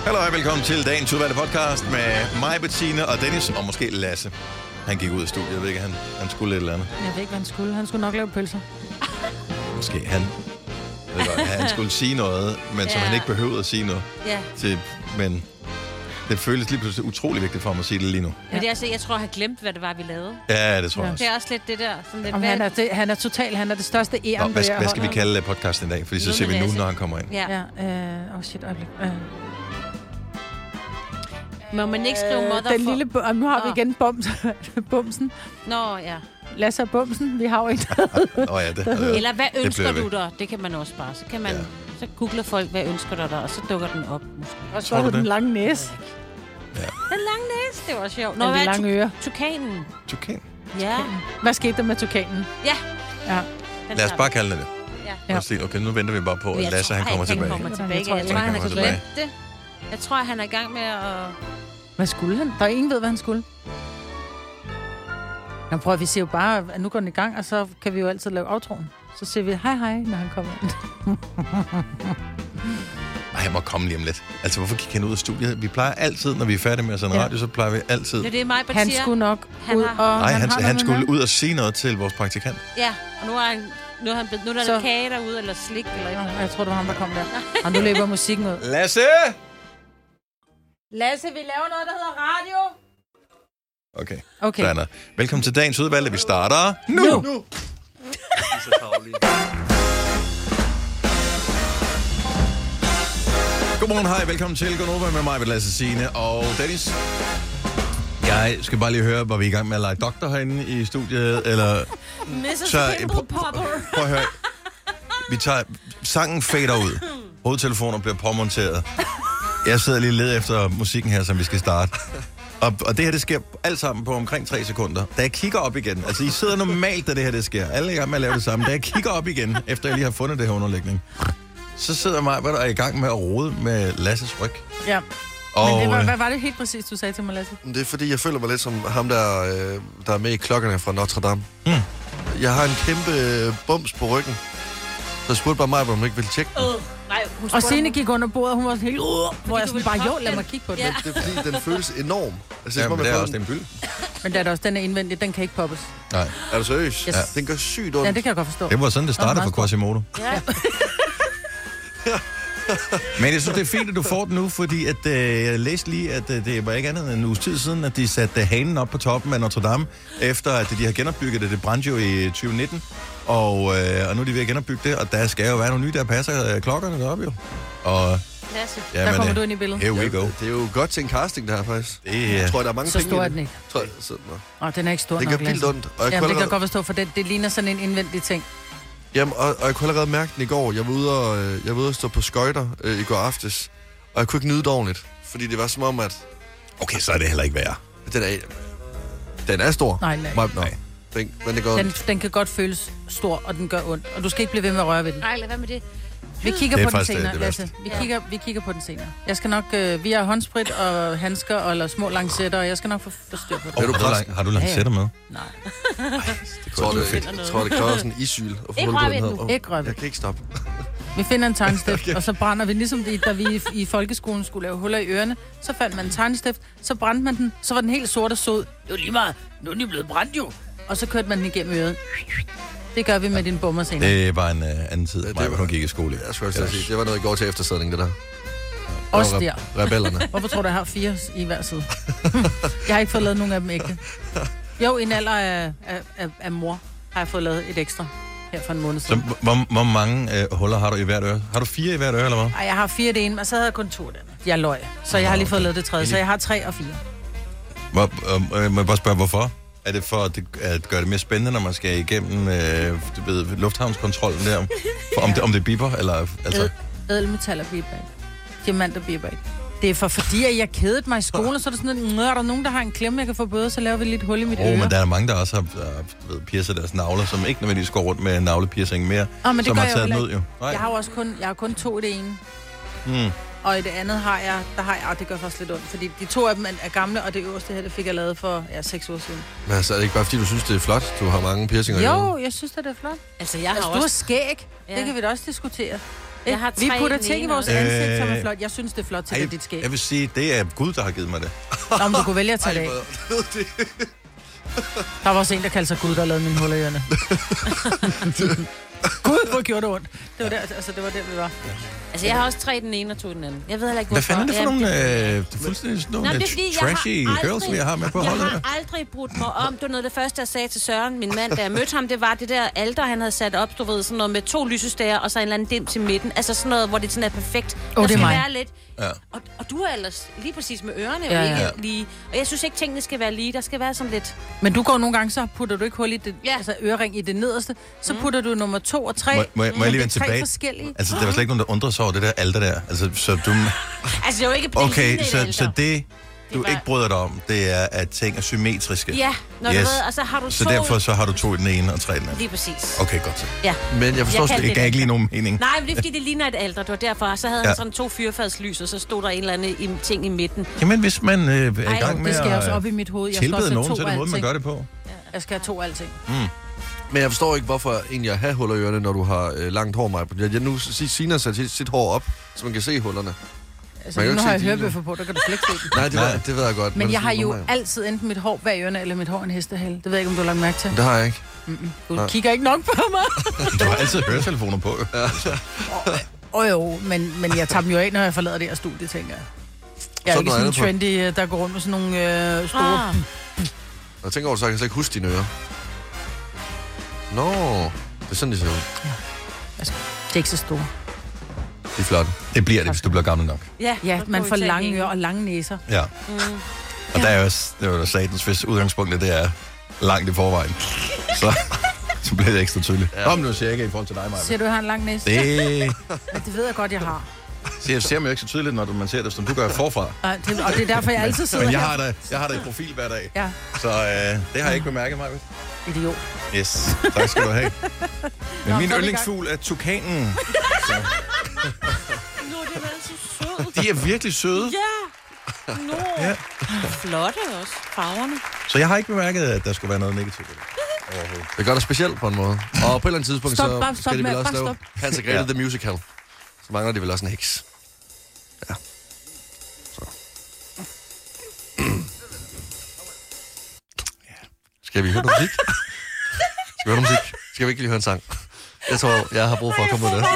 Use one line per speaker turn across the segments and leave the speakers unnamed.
Hallo og velkommen til dagens udvalgte podcast med mig, Bettine og Dennis, og måske Lasse. Han gik ud af studiet, jeg ved ikke, han skulle et eller andet.
Jeg ved ikke, hvad han skulle. Han skulle nok lave pølser.
Måske han skulle sige noget, men som han ikke behøvede at sige noget til, men det føles lige pludselig utrolig vigtigt for mig at sige det lige nu.
Men det er altså, jeg tror, han glemte, hvad det var, vi lavede.
Ja, det tror jeg også.
Det er også lidt det der. Sådan lidt
han er total, han er det største ærenbøger.
Hvad skal vi kalde podcasten i dag? Fordi så ser vi nu, når han kommer ind.
Shit, øjeblik.
Må man ikke skrive mother
den lille nu har vi igen Bumsen.
Nå, ja.
Lasse og Bumsen, vi har jo ikke
det.
Eller hvad ønsker du dig? Det kan man også bare. Så kan man så googler folk, hvad ønsker du dig, og så dukker den op. Måske.
Og så den lange næse.
Ja. Den lange næse, det var sjovt.
Nå, hvad lange ører?
Tukanen.
Tukan?
Ja.
Hvad skete der med tukanen?
Ja.
Lad os bare kalde det.
Ja.
Okay, nu venter vi bare på, at Lasse han kommer tilbage.
Jeg tror, han har glemt det. Jeg tror, han er i gang med at...
Hvad skulle han? Der er ingen ved, hvad han skulle. Nå, prøv, vi siger jo bare, at nu går den i gang, og så kan vi jo altid lave outroen. Så siger vi hej, når han kommer ind.
Han må komme lige om lidt. Altså, hvorfor gik han ud af studiet? Vi plejer altid, når vi er færdige med at sende radio, så plejer vi altid...
Det er mig,
han skulle nok ud og...
Nej, han skulle ud og sige noget til vores praktikant.
Ja, og nu er der kage derude, eller slik, eller et eller andet.
Jeg tror, det var ham, der kom der. Og nu løber musikken ud.
Lasse,
vi laver noget, der hedder radio.
Okay. Sådan. Velkommen til dagens udvalg. Vi starter nu. Godmorgen, hej. Velkommen til Gonova med mig, Lasse, Signe og Dennis. Jeg skal bare lige høre, var vi i gang med at lege doktor herinde i studiet, eller...
Mrs. Pimple Popper.
Prøv at høre. Vi tager... Sangen fader ud. Hovedtelefoner bliver påmonteret. Jeg sidder lige og leder efter musikken her, som vi skal starte. Og det her, det sker alt sammen på omkring 3 sekunder. Da jeg kigger op igen, altså I sidder normalt, da det her det sker. Alle er i gang med at lave det samme. Da jeg kigger op igen, efter jeg lige har fundet det her underlægning, så sidder mig, hvad der er i gang med at rode med Lasses ryg.
Ja.
Og,
men hvad var det helt præcis, du sagde til mig, Lasse?
Det er fordi, jeg føler mig lidt som ham, der er med i klokkerne fra Notre Dame. Jeg har en kæmpe bums på ryggen. Så jeg spurgte bare mig, om hun ikke ville tjekke den.
Og Signe gik under bordet, og hun var helt... hvor jeg sådan bare, lad mig kigge på den.
Ja. Det er fordi, den føles enorm. Altså,
men det er også en byld.
Men der er også, den er indvendig, den kan ikke poppes.
Nej.
Er du seriøs?
Yes.
Ja. Den gør sygt ondt.
Ja, det kan jeg godt forstå.
Det var sådan, det startede for Quasimodo.
Ja.
Men jeg synes, det er fint, at du får den nu, fordi at, jeg læste lige, at det var ikke andet end en uges tid siden, at de satte hanen op på toppen af Notre Dame, efter at de har genopbygget det. Det brændte jo i 2019, og nu er de ved at genopbygge det, og der skal jo være nogle nye, der passer klokkerne deroppe jo. Og
der kommer du ind i billedet.
Here we go.
Det er jo godt til en casting, der her faktisk. Jeg tror, der er mange
så
penge.
Så stor er den ikke. Den er ikke stor nok.
Det gør vildt ondt.
Jamen, det kan jeg godt forstå, for det ligner sådan en indvendig ting.
Jamen, og jeg kunne allerede mærke den i går. Jeg var ude og stå på skøjter i går aftes, og jeg kunne ikke nyde det ordentligt, fordi det var som om, at...
Okay, så er det heller ikke værre.
Den er stor.
Nej.
Men det gør
den kan godt føles stor, og den gør ondt. Og du skal ikke blive ved med at røre ved den.
Nej, lad være med det.
Vi kigger på den senere, Lasse. Vi kigger på den senere. Jeg skal nok... vi har håndsprit og handsker og små lancetter, og jeg skal nok få styr på det.
Har du lancetter med?
Nej.
Jeg tror, det kræver sådan en isyl.
Ikke rør ved den.
Ikke rør ved.
Jeg kan ikke stoppe.
Vi finder en tegnstift, og så brænder vi, ligesom da vi i folkeskolen skulle lave huller i ørerne. Så fandt man en tegnstift, så brændte man den, så var den helt sort og sød. Det var lige meget. Nu er den blevet brændt jo. Og så kørte man den igennem øret. Det gør vi med din bummer senere.
Det var en anden tid, hvor hun gik i skole.
Jeg skulle sige, det var noget, i går til eftersædning, det der.
Også der.
Rebellerne.
Hvorfor tror du, jeg har 4 i hver side? Jeg har ikke fået lavet nogen af dem ægte. Jo, i en alder af mor har jeg fået lavet et ekstra her for en måned siden.
Så hvor mange huller har du i hvert øre? Har du 4 i hvert øre, eller hvad?
Nej, jeg har 4 det ene, og så havde jeg kun 2 af dem. Jeg løg. Så jeg har lige fået lavet det tredje, så jeg har 3 og 4.
Må jeg bare spørge, hvorfor? Er det for at gøre det mere spændende, når man skal igennem lufthavnskontrollen der? Om det biber, eller... Altså?
Ædelmetal og biber ikke. Diamant og biber ikke. Det er fordi jeg kedede mig i skolen, så er der sådan en, er der nogen, der har en klemme, jeg kan få bøde, så laver vi lidt hul i mit øre.
Men der er mange, der også har piercet deres navler, som ikke nødvendigvis går rundt med navlepiercing mere,
men
som har taget den ud jo.
Jeg har jo også kun 2 i det ene. Og i det andet har jeg, det gør faktisk lidt ondt, fordi de 2 af dem er gamle, og det øverste her, det fik jeg lavet for 6 år siden.
Men altså, er det ikke bare fordi, du synes, det er flot? Du har mange piercinger.
Jo, jeg synes, det er flot.
Altså, jeg har
også... Du har skæg. Ja. Det kan vi da også diskutere.
Jeg har
Vi
3
putter
i den
ting i
ene
vores
også.
ansigt, som er flot. Jeg synes, det er flot til
Ej,
dit skæg.
jeg vil sige, det er Gud, der har givet mig det.
Om du kunne vælge at tage det af. Der var også en, der kaldte sig Gud, der lavede mine huller i ørerne. Gud, hvor gjorde det ondt. Det var det var der, vi var.
Altså, jeg har også 3 i den ene og 2 i den anden. Jeg ved heller ikke,
Hvad
hvorfor.
fanden er det for
Jamen,
nogle fuldstændig sådan nogle
Nå, det er fordi,
trashy girls, vi har med på holdet?
Jeg har aldrig brudt mig om. Det var noget af det første, jeg sagde til Søren, min mand, da jeg mødte ham. Det var det der alter, han havde sat op, du ved, sådan noget med 2 lysestager og så en eller anden dims i midten. Altså sådan noget, hvor det sådan er perfekt. Der
det er
skal
mig.
være lidt.
Ja.
Og du er ellers lige præcis med ørerne
Ja,
jo ikke
ja.
lige. Og jeg synes ikke, tingene skal være lige. Der skal være sådan lidt...
Men du går nogle gange, så putter du ikke hul i det,
Ja.
altså ørering i det nederste. Så putter du nummer 2 og 3.
Må jeg lige vende
Det er 3
tilbage?
forskellige.
Altså, der var slet ikke nogen, der undrede sig over det der alter der. Altså, så du...
Altså, det er jo ikke
Okay,
et
så
alter.
det, du
var-
ikke bryder dig om, det er, at ting er symmetriske.
Ja, når du
Yes.
ved, og så har du
Så
2...
derfor så har du 2 i den ene og 3 i den anden.
Lige præcis.
Okay, godt så.
Ja.
Men jeg forstår
Jeg
slet
kan-
ikke.
Det gav ikke lige nogen mening.
Nej, men det er fordi, det ligner et alter. Det var derfor. Så havde
Ja.
han sådan 2 fyrfadslys, og så stod der en eller anden ting i midten.
Jamen, hvis man er i
Ej,
gang med
Det skal jeg også
at
op i mit hoved. Jeg skal også
tilbede
have
nogen,
2
så er det
af
måde, man
alting.
gør det på.
Jeg skal have 2 af alting.
Men jeg forstår ikke, hvorfor egentlig at have huller i ørerne, når du har langt hår, Maja. Jeg nu Sina sat sit hår op, så man kan se hullerne.
Altså,
Man kan jo
nu
ikke
har jeg
se dine,
hørebøffer på, der kan du slet ikke se dem.
Nej, det ved jeg godt.
Men jeg har jo
normalt.
altid enten mit hår bag ørerne, eller mit hår en hestehale. Det ved jeg ikke, om du har lagt mærke til.
Det har jeg ikke.
Du
Nej.
kigger ikke nok på mig.
Du har altid høretelefoner på. Jo.
Jo, men jeg tager dem jo af, når jeg forlader det her studie, tænker jeg. Jeg er
Så er
ikke
der
sådan en
noget
trendy, der går rundt med sådan nogle store...
Jeg tænker over, så jeg kan slet ikke huske dine ører. Nå, det er sådan, de ser ud.
Det er ikke så store.
De er flotte.
Det bliver det, hvis du bliver gammel nok.
Ja,
Ja, man får lange ører og lange næser.
Ja. Og der er jo også, det var da satans, hvis udgangspunktet det er langt i forvejen. Så bliver det ekstra tydeligt. Ja. Kom nu, siger jeg ikke i forhold til dig, Maja.
Ser du, jeg har en lang næse?
Det
Ja, det ved jeg godt, jeg har.
ser man jo ikke så tydeligt, når man ser det, som du gør forfra.
Og det er derfor, jeg altid sidder
Men
her.
jeg har dig i profil hver dag.
Ja,
Så det har jeg ikke bemærket, Maja.
idiot.
Yes, tak skal du have. Men
Nå,
min
så er vi i
yndlingsfugl er tukanen. Så.
Nu er det vel så sød.
De er virkelig søde.
Ja. Nå.
Ja.
Flotte også. Farverne.
Så jeg har ikke bemærket, at der skulle være noget negativt i det. Overhovedet.
Det gør dig specielt på en måde. Og på et eller andet tidspunkt,
Stop,
så
bare stop
skal de vel
med-
også
bare
lave Hans og Grete The Musical. Så mangler de vel også en heks. Ja. Så. Skal vi høre noget musik? Skal vi høre noget musik? Skal vi ikke lige høre en sang? Jeg tror, jeg har brug for at komme ud af det.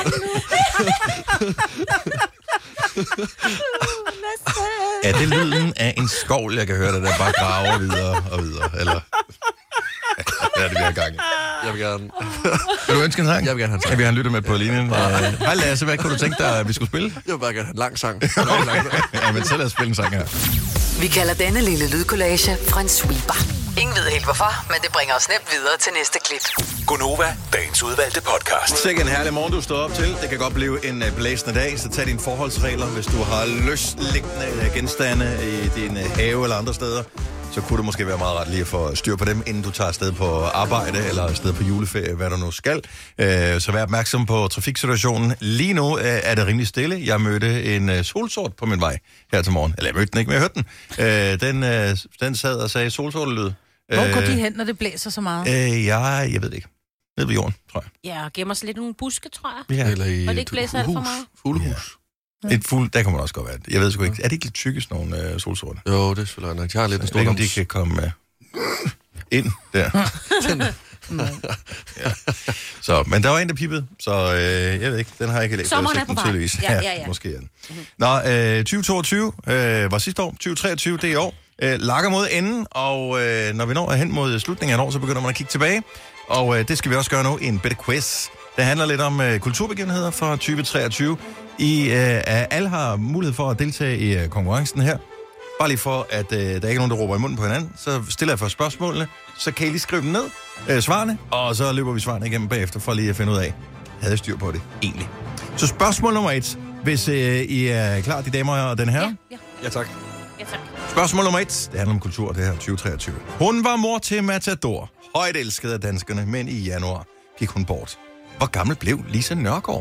Er det lyden af en skovl, jeg kan høre, der bare graver videre og videre? Eller hvad er det, vi har gang i?
Jeg vil gerne...
Vil du ønske en sang?
Jeg vil gerne have en sang.
Ja, vi har en lytter med på linjen. Hej Lasse, hvad kunne du tænke dig, at vi skulle spille?
Jeg vil bare gerne have en lang sang.
Ja, men så lad os spille en sang her.
Vi kalder denne lille lydkollage en sweeper. Ingen ved helt hvorfor, men det bringer os nemt videre til næste klip.
Gonova, dagens udvalgte podcast.
Sikke en herlig morgen, du står op til. Det kan godt blive en blæsende dag, så tag dine forholdsregler. Hvis du har løsliggende genstande i din have eller andre steder, så kunne det måske være meget ret lige at få styr på dem, inden du tager afsted på arbejde eller afsted på juleferie, hvad du nu skal. Så vær opmærksom på trafiksituationen. Lige nu er det rimelig stille. Jeg mødte en solsort på min vej her til morgen. Eller jeg mødte den ikke, men jeg hørte den. Den sad og sagde solsortelyd.
Hvor går de hen, når det blæser så meget?
Jeg ved det ikke. Nede ved jorden, tror jeg.
Ja, og gemmer sig lidt i nogle buske, tror jeg.
Ja.
Eller i
Og det ikke blæser alt for meget.
Fuglehus.
Et fuld, der kan man også godt være. Jeg ved sgu ikke. Er det ikke lidt tykke, sådan nogle solsorte?
Jo, det er selvfølgelig nok. Jeg har lidt en
Jeg
stor
ved ikke, om de
noms.
kan komme ind der. Ja. Så, men der var en, der pippede, så jeg ved ikke, den har jeg ikke læst.
Sommeren er på vej.
Tydeligvis.
Ja.
Måske er den. Nå, 2022 var sidste år, 2023 det er i år. Lakker mod enden, og når vi når hen mod slutningen af et år, så begynder man at kigge tilbage. Og det skal vi også gøre nu i en bitte quiz. Det handler lidt om kulturbegivenheder fra 2023. Alle har mulighed for at deltage i konkurrencen her. Bare lige for, at der ikke er nogen, der råber i munden på hinanden, så stiller jeg for spørgsmålene, så kan I lige skrive dem ned, svarene, og så løber vi svarene igennem bagefter, for lige at finde ud af, havde jeg styr på det egentlig. Så spørgsmål nummer 1, hvis I er klar, de damer og den her.
Ja.
Ja, tak.
Ja, tak.
Spørgsmål nummer 1, det handler om kultur, det her 2023. Hun var mor til Matador, højt elsket af danskerne, men i januar gik hun bort. Hvor gammel blev Lisa Nørgaard?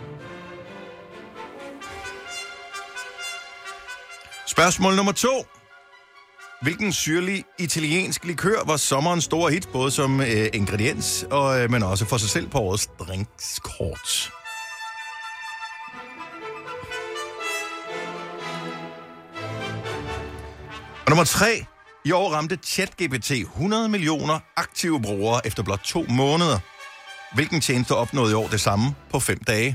Spørgsmål nummer 2. Hvilken syrlig italiensk likør var sommerens store hit, både som ingrediens, men også for sig selv på årets drinkskort? nummer 3. I år ramte ChatGPT 100 millioner aktive brugere efter blot 2 måneder. Hvilken tjeneste opnåede i år det samme på 5 dage?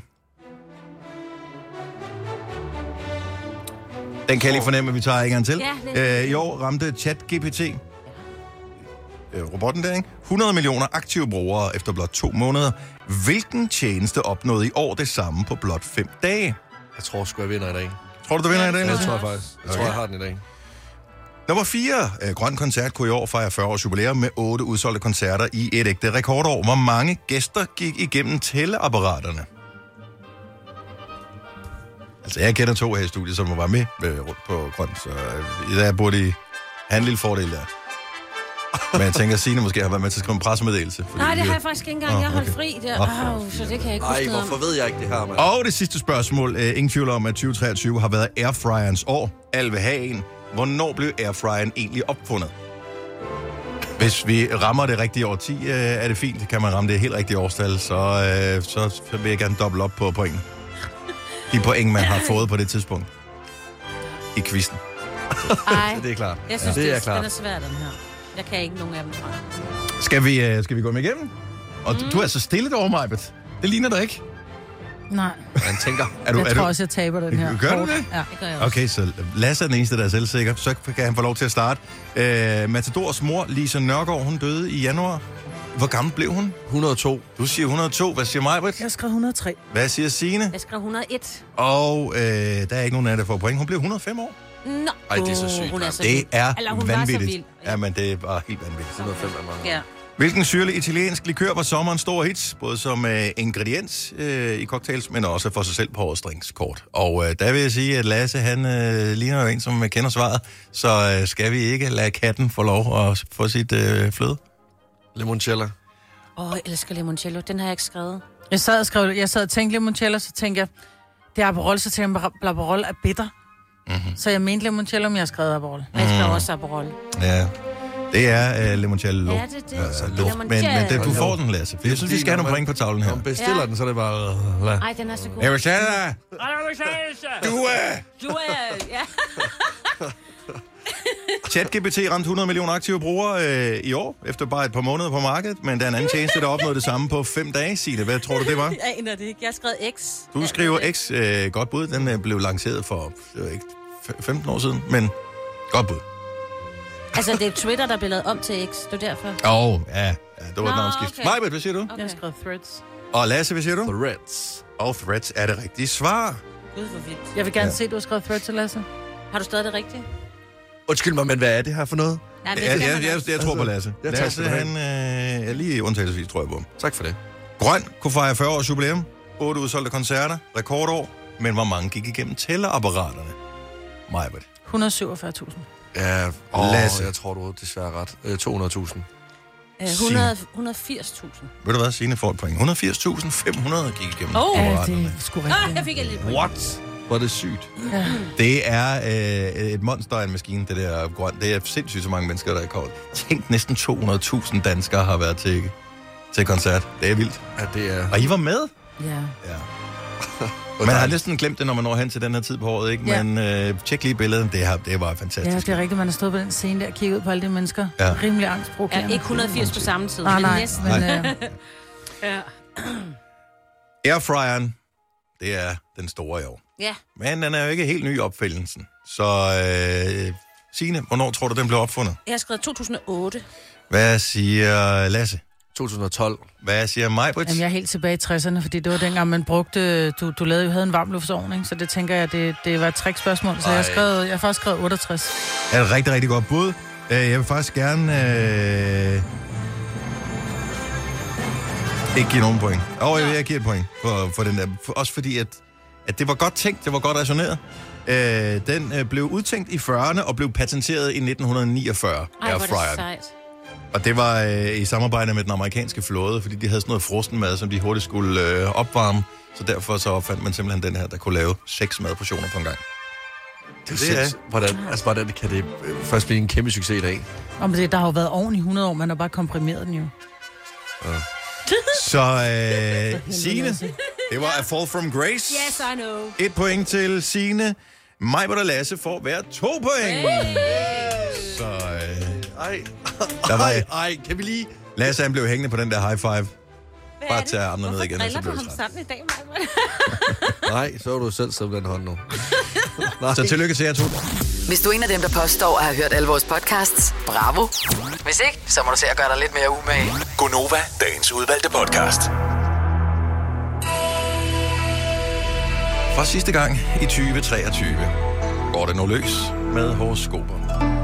Den kan jeg lige fornemme, at vi tager en gang til.
Ja,
I år ramte ChatGPT, robotten der, ikke? 100 millioner aktive brugere efter blot 2 måneder. Hvilken tjeneste opnåede i år det samme på blot 5 dage?
Jeg tror sgu, jeg vinder i dag.
Tror du, du vinder i dag?
Ja,
Lasse?
det tror jeg faktisk. Jeg tror, jeg har den i dag.
Nummer 4. Grøn Koncert kunne i år fejre 40 års jubilæum med 8 udsolgte koncerter i et ægte rekordår. Hvor mange gæster gik igennem tælleapparaterne? Altså, jeg kender 2 her i studiet, som var med rundt på Grøn, så der burde I have en lille fordel der. Men jeg tænker, at Signe måske har været med til at skrive en pressemeddelelse.
Nej, det har jeg faktisk ikke engang. Jeg holdt fri der. Så det kan jeg ikke huske noget om.
hvorfor ved jeg ikke det her, mand?
Og det sidste spørgsmål. Ingen tvivl om, at 2023 har været airfryerens år. Alle vil have en. Hvornår blev airfryeren egentlig opfundet? Hvis vi rammer det rigtige årti, er det fint. Kan man ramme det helt rigtige årstal, så vil jeg gerne dobbelt op på pointen. De point, man har fået på det tidspunkt. I quizzen.
Ej,
Det er klart.
jeg synes,
det er
den
klart.
er svær, den her. Jeg kan ikke nogen af dem fra.
Skal vi gå med igennem? Og du er så stille over mig, Bet. Det ligner dig ikke.
Nej,
Man tænker.
jeg tror også, jeg taber den her.
Gør du det?
Ja.
Det gør jeg også.
Okay, så Lasse er den eneste, der er selvsikker. Så kan han få lov til at starte. Matadors mor, Lisa Nørgaard, hun døde i januar. Hvor gammel blev hun?
102.
Du siger 102. Hvad siger Majbrit?
Jeg skrev 103.
Hvad siger Signe?
Jeg skrev 101.
Og der er ikke nogen af jer, der får point. Hun blev 105 år.
Nå.
Ej, det er så sygt,
Hun er
mand.
så
Det
vild.
er
Eller hun var så
vanvittigt.
vild.
Ja, men det var helt vanvittigt.
105 er mange.
Ja.
Hvilken syrlig italiensk likør var sommerens store hits? Både som ingrediens i cocktails, men også for sig selv på årets drinkskort. Og der vil jeg sige, at Lasse, han ligner jo en, som kender svaret. Så skal vi ikke lade katten få lov at få sit fløde?
Limoncello.
Jeg elsker limoncello. Den har jeg ikke skrevet.
Jeg sad og tænkte limoncello, så tænkte jeg, det er Aperol, så tænkte jeg, Aperol er bitter. Mm-hmm. Så jeg mente limoncello, men jeg skrev Aperol.
Jeg skrev også Aperol.
Ja, det er limoncello.
Ja, det er det.
Luft. Men du får den, Lasse. For jeg synes, vi skal have nogle point på tavlen her.
Når man bestiller den, så er det bare...
Ej, den er så god.
Erisala! Du er...
Du er... Ja.
ChatGPT ramte 100 millioner aktive brugere i år, efter bare et par måneder på markedet, men der er en anden tjeneste, der opnåede det samme på 5 dage, Signe. Hvad tror du, det var?
Jeg aner det ikke. Jeg har skrevet X.
Du skriver X, godt bud. Den blev lanceret for 15 år siden, men godt bud.
Altså, det er Twitter, der blev lavet om til X. Det er derfor.
Ja, det var et navnskift.
okay.
Majbert, hvad siger du?
Okay.
Jeg skrev Threads.
Og Lasse, hvad siger du?
Threads.
Og Threads er det rigtige svar.
Gud, hvor vildt.
Jeg vil gerne se, at du har skrevet Threads til Lasse.
Har du stadig det rigtige?
Undskyld mig, men hvad er det her for noget?
Ja,
Jeg tror på Lasse.
Ja, tak
Lasse,
skal du have.
han er lige undtagelsesvis, tror jeg på.
Tak for det.
Grøn kunne fejre 40 års jubilæum. 8 udsolgte koncerter. Rekordår. Men hvor mange gik igennem tælleapparaterne? Majbert.
147.000.
Ja,
Lasse.
jeg tror, du er desværre ret. 200.000.
180.000.
Ved du hvad, Signe får et point. 180.500 gik igennem
Oh.
Ja, det
apparaterne.
er sgu rigtigt.
Jeg fik et lille point.
What?
Hvor er det sygt.
Ja.
Det er et monster af en maskine, det der grøn. Det er sindssygt så mange mennesker, der er kommet. Tænk, næsten 200.000 danskere har været til koncert. Det er vildt.
Ja, det er...
Og I var med?
Ja.
Ja. Man har næsten glemt det, når man når hen til den her tid på året, ikke?
Ja.
Men tjek lige billedet. Det var fantastisk.
Ja, det er rigtigt. Man har stået på den scene der og kigget ud på alle de mennesker.
Ja.
Rimelig angstprovokerende.
Ja, ikke 180 på samme tid,
Nej,
men
nej.
næsten.
Men,
Ja.
Airfryeren, det er den store i år.
Ja.
Men den er jo ikke helt ny i opfindelsen. Så Signe, hvornår tror du, den blev opfundet?
Jeg har skrevet 2008.
Hvad siger Lasse?
2012.
Hvad siger Majbrit?
Jamen, jeg er helt tilbage i 60'erne, fordi det var dengang, man brugte... Du havde en varmluftsovn, ikke? Så det tænker jeg, det var et trickspørgsmål. Så jeg har faktisk skrevet 68.
Er et rigtig, rigtig godt bud. Jeg vil faktisk gerne... ikke give nogen point. Jeg giver et point for den der. Også fordi, at det var godt tænkt, det var godt resoneret. Den blev udtænkt i 40'erne og blev patenteret i 1949.
Ej, hvor er det
Airfryeren.
sejt.
Og det var i samarbejde med den amerikanske flåde, fordi de havde sådan noget frostenmad, som de hurtigt skulle opvarme. Så derfor så opfandt man simpelthen den her, der kunne lave 6 madportioner på en gang.
Det er... Hvordan kan det først blive en kæmpe succes i dag?
Og men der har jo været ovn i 100 år, man har bare komprimeret den jo.
Så Signe, det var A Fall From Grace.
Yes, I know.
1 point til Signe. Majbert og Lasse får hver 2 point. Så
Ej, kan vi lige...
Lasse, han blev hængende på den der high five. Bare tage armene ned igen, og så
Hvorfor
blev
driller du
det
ham
træt.
sådan i dag, Maja?
Nej, så er du selv som den hånd nu.
Så tillykke til jer to.
Hvis du er en af dem, der påstår at have hørt alle vores podcasts, bravo. Hvis ikke, så må du se at gøre dig lidt mere umage.
Gonova, dagens udvalgte podcast.
Fra sidste gang i 2023 går det nu løs med horoskoper.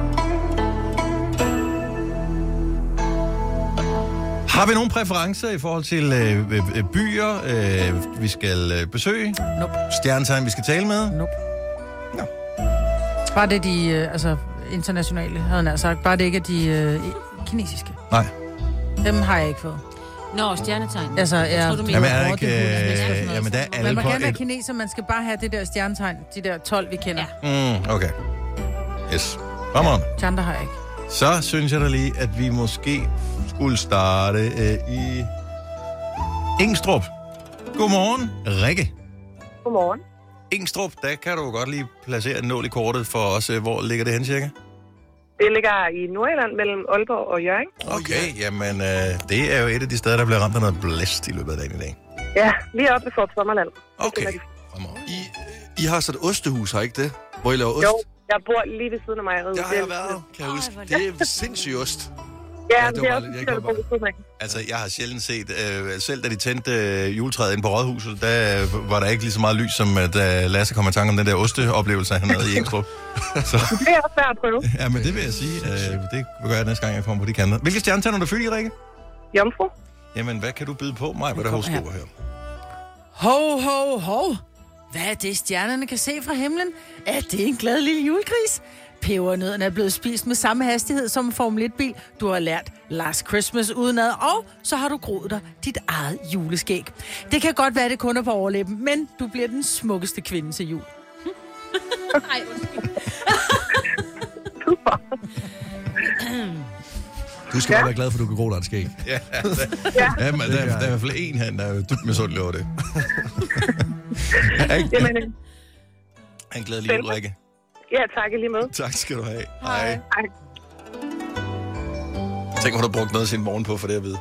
Har vi nogle præferencer i forhold til byer, vi skal besøge?
Nope.
Stjernetegn, vi skal tale med?
Nope.
Nå.
Bare det de, internationale, havde han sagt. Bare det ikke er de kinesiske.
Nej.
Dem har jeg ikke fået.
Nå, stjernetegn.
Altså,
Jeg tror, du mener
Jamen, er der
Rotte,
ikke...
Hulens Mester og sådan noget.
Jamen, der er alle
Man må
på
gerne være
et...
kineser, man skal bare have det der stjernetegn, de der 12, vi kender. Ja.
Okay. Yes. Fremragende.
De andre har jeg ikke.
Så synes jeg da lige, at vi måske skulle starte i Ingstrup. Godmorgen, Rikke.
Godmorgen.
Ingstrup, der kan du godt lige placere en nål i kortet for os. Hvor ligger det hen cirka?
Det ligger i Nordjylland mellem Aalborg og Hjørring.
Okay, jamen det er jo et af de steder, der bliver ramt af noget blæst i løbet af dagen i dag.
Ja, lige oppe ved Fort Sommerland.
Okay.
I har så et ostehus, har I ikke det? Hvor I laver ost?
Jo, jeg bor lige ved siden af mejeriet.
Der har jeg været, kan jeg huske. Det er sindssygt ost.
Ja,
det
det
var
er
bare
også
lidt- jeg
det,
kom
bor ved siden af.
Altså, jeg har sjældent set, selv da de tændte juletræet inde på Rådhuset, der var der ikke lige så meget lys, som da Lasse kom i tanke om den der osteoplevelse, han havde i Ingstrup. Så,
Det er også værd at prøve.
ja, men det vil jeg sige. Det gør jeg næste gang, jeg kommer på de kanter. Hvilke stjernetegn er du født i, Rikke?
Jomfru.
Jamen, hvad kan du byde på mig, hvad der horoskoper her?
Ho, ho, ho. Hvad er det, stjernerne kan se fra himlen? Er det en glad lille julegris? Pebernøden er blevet spist med samme hastighed som en Formel 1-bil. Du har lært Last Christmas udenad, og så har du groet dig dit eget juleskæg. Det kan godt være, det kun er på overlæben, men du bliver den smukkeste kvinde til jul.
Nej,
Du skal bare være glad for, at du kan gro dig et skæg.
Ja, ja, men der er i hvert fald en her, der er jo dybt misundelig over det.
Jamen,
En glædelig jul, Rikke.
ja, tak i lige med.
Tak skal du have. Hej.
Hej.
Tænk, hun har brugt noget af sin morgen på, for det at vide.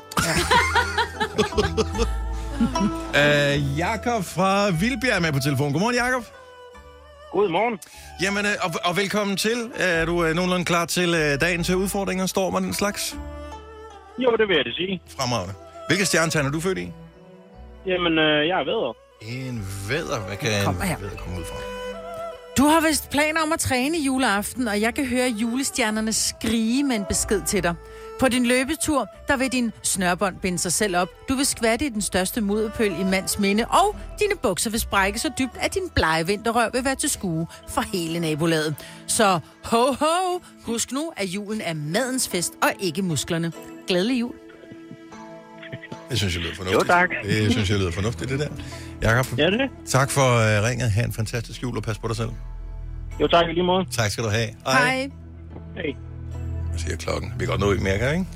Jakob fra Vildbjerg er med på telefon. Godmorgen, Jakob.
Godmorgen.
Jamen, og velkommen til. Er du nogenlunde klar til dagen til udfordringer, storm og den slags?
Jo, det vil jeg da sige.
Fremragende. Hvilke stjernetegn er du født i?
Jamen, jeg er vædder.
En vædder. Hvad kan
Kommer her.
en vædder komme ud fra?
Du har vist planer om at træne juleaften, og jeg kan høre julestjernerne skrige med en besked til dig. På din løbetur, der vil din snørbånd binde sig selv op. Du vil skvatte i den største mudderpøl i mands minde, og dine bukser vil sprække så dybt, at din blege vinterrør vil være til skue for hele nabolaget. Så ho ho! Husk nu, at julen er madens fest, og ikke musklerne. Glædelig jul.
Det synes jeg lyder fornuftigt.
Jo, tak.
Det synes jeg lyder fornuftigt, det der. Jakob,
Ja, det.
tak for ringet. Ha' en fantastisk jul, og pas på dig selv.
Jo, tak i lige måde.
Tak skal du have.
Hej.
Hej.
Hvad siger klokken? Vi kan godt nå ikke mere, kan vi, ikke?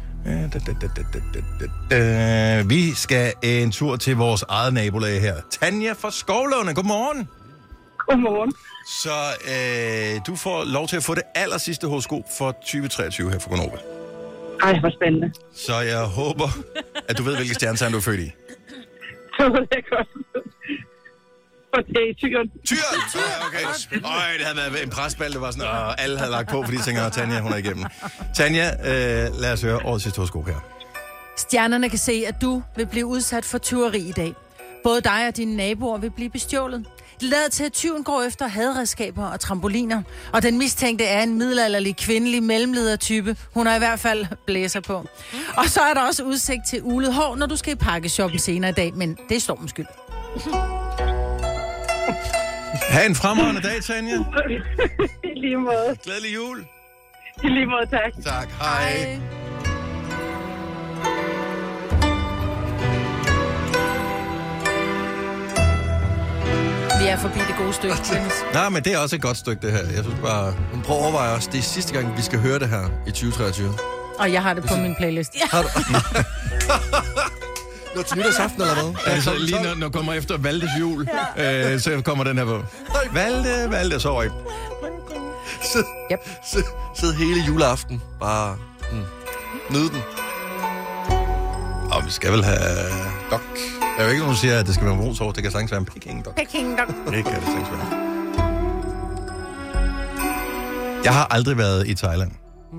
Vi skal en tur til vores eget nabolag her. Tanja fra Skovlunde, godmorgen.
Godmorgen.
Så du får lov til at få det aller sidste horoskop for 2023 her fra Gonova.
Ej, hvor spændende.
Så jeg håber, at du ved, hvilke stjernetegn du er født i.
Så ved jeg godt. Og det er tyren.
Tyren! Okay. Øj, det havde været en presbal, det var sådan, og alle havde lagt på, fordi de tænker, at Tanja, hun er igennem. Tanja, lad os høre årets sidste horoskop her.
Stjernerne kan se, at du vil blive udsat for tyveri i dag. Både dig og dine naboer vil blive bestjålet. Det lader til, at tyven går efter hadredskaber og trampoliner. Og den mistænkte er en middelalderlig kvindelig mellemledertype. Hun har i hvert fald blæser på. Og så er der også udsigt til ulet hår, når du skal i pakkeshoppen senere i dag. Men det er stormens skyld.
Ha' en fremragende dag, Tanja.
I lige måde.
Glædelig jul.
I lige måde, tak.
Tak, hej.
Vi er forbi det gode stykke, Dennis.
Nej, men det er også et godt stykke, det her. Jeg synes bare...
Men prøv at overveje også, det er sidste gang, vi skal høre det her i 2023.
Og jeg har det på min playlist. Ja.
Har du... Nå, til nytårsaften eller hvad?
Altså, lige når kommer efter Valdes jul, så kommer den her på. Valde, så ikke.
Sid hele juleaften. Bare nyde den.
Og vi skal vel have dog. Der er jo ikke nogen, der siger, at det skal være en brunsovs. Det kan sagtens være en Peking dog.
Peking dog.
Det kan det sagtens være. Jeg har aldrig været i Thailand.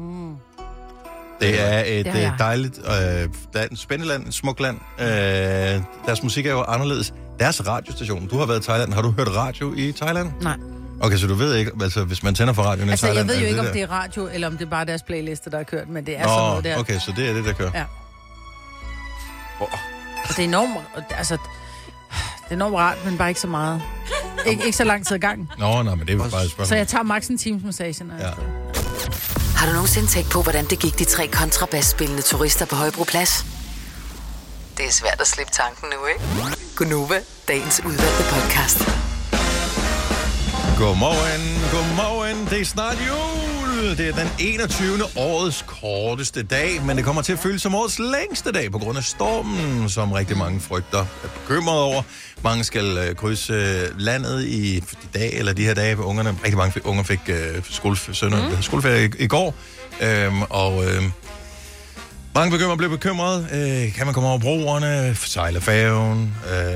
Det er et dejligt, spændende land, et smukt land. Deres musik er jo anderledes. Deres radiostation. Du har været i Thailand. Har du hørt radio i Thailand?
Nej.
Okay, så du ved ikke, altså hvis man tænder for radioen i Thailand...
jeg ved jo ikke, om
der?
det er radio, eller om det er bare deres playliste, der er kørt, men det er sådan noget der.
Okay, så det er det, der kører.
Ja. Og det er enormt, altså... Det er enormt rart, men bare ikke så meget. Ikke så lang tid ad gangen.
Nej, men det er bare et spørgsmål.
Så jeg tager maks en times massage, når jeg
Har du nogensinde tænkt på, hvordan det gik de 3 kontrabasspillende turister på Højbroplads? Det er svært at slippe tanken nu, ikke? Gunova, dagens udvalgte podcast.
Godmorgen. Det er snart jul. Det er den 21. årets korteste dag, men det kommer til at føles som årets længste dag på grund af stormen, som rigtig mange frygter er bekymret over. Mange skal krydse landet i dag eller de her dage, hvor rigtig mange unger fik skoleferie i går. Mange blev bekymret. Kan man komme over broerne, sejle færgen,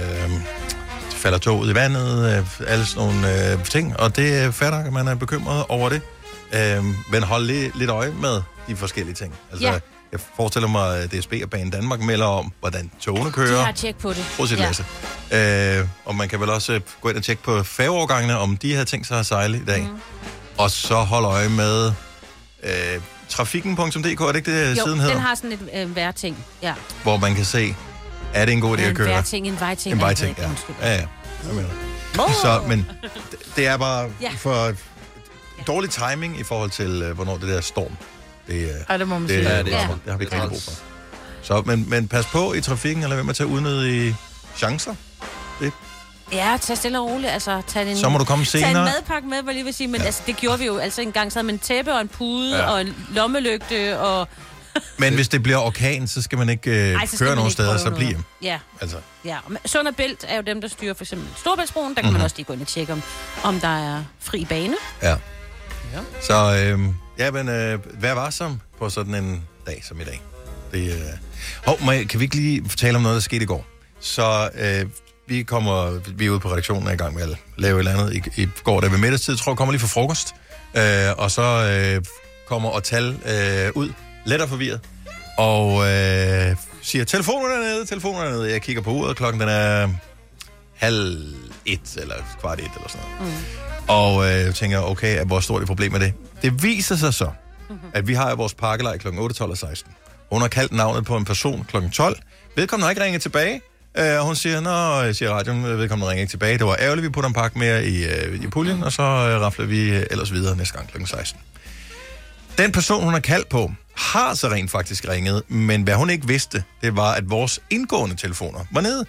falder toget i vandet, alle sådan nogle ting. Og det er fair nok, at man er bekymret over det. Men hold lidt øje med de forskellige ting. Altså, jeg forestiller mig, at DSB og Banen Danmark melder om, hvordan togene kører.
De har tjek på det.
Prøv at Lasse. Og man kan vel også gå ind og tjekke på færgeovergangene, om de havde tænkt sig at sejle i dag. Og så hold øje med trafikken.dk, er det ikke det, siden hedder?
Den har sådan et vejrting,
hvor man kan se, er det en god idé at køre?
En vejrting, en vejting.
En vejting, ja. Jeg mener. Så, men det er bare for dårlig timing i forhold til, hvornår det der storm.
Det må man sige.
Det har vi ikke rigtig brug for. Så, men pas på i trafikken, eller hvem at tage unødige chancer.
Ja, tag stille og roligt. Altså,
så må du komme senere.
Tag en madpakke med, lige vil sige. Men altså, det gjorde vi jo altså engang. Så havde man en tæppe og en pude og en lommelygte og...
Men hvis det bliver orkan, så skal man ikke køre nogen steder, så bliver.
Ja.
Altså.
Ja, og Sund og Bælt er jo dem, der styrer for eksempel Storebæltsbroen. Der kan man også lige gå ind og tjekke, om der er fri bane.
Ja. Så vær varsom på sådan en dag som i dag. Kan vi ikke lige tale om noget, der skete i går? Så vi er ude på redaktionen i gang med at lave et eller andet i går, der ved middagstid, tror jeg, kommer lige for frokost. Og så kommer og tal ud, let og forvirret, og siger, telefonen er nede. Jeg kigger på uret, klokken den er 12:30 eller 12:15 eller sådan noget. Og tænker, okay, hvor stort et problem er det? Det viser sig så, at vi har vores pakkelej klokken 8, 12 og 16. Hun har kaldt navnet på en person klokken 12. Vedkommende har ikke ringet tilbage. Hun siger, jeg siger radioen, vedkommende ringer ikke tilbage. Det var ærgerligt, vi putter en pakke mere i puljen, og så rafler vi ellers videre næste gang klokken 16. Den person, hun har kaldt på, har så rent faktisk ringet, men hvad hun ikke vidste, det var, at vores indgående telefoner var nede.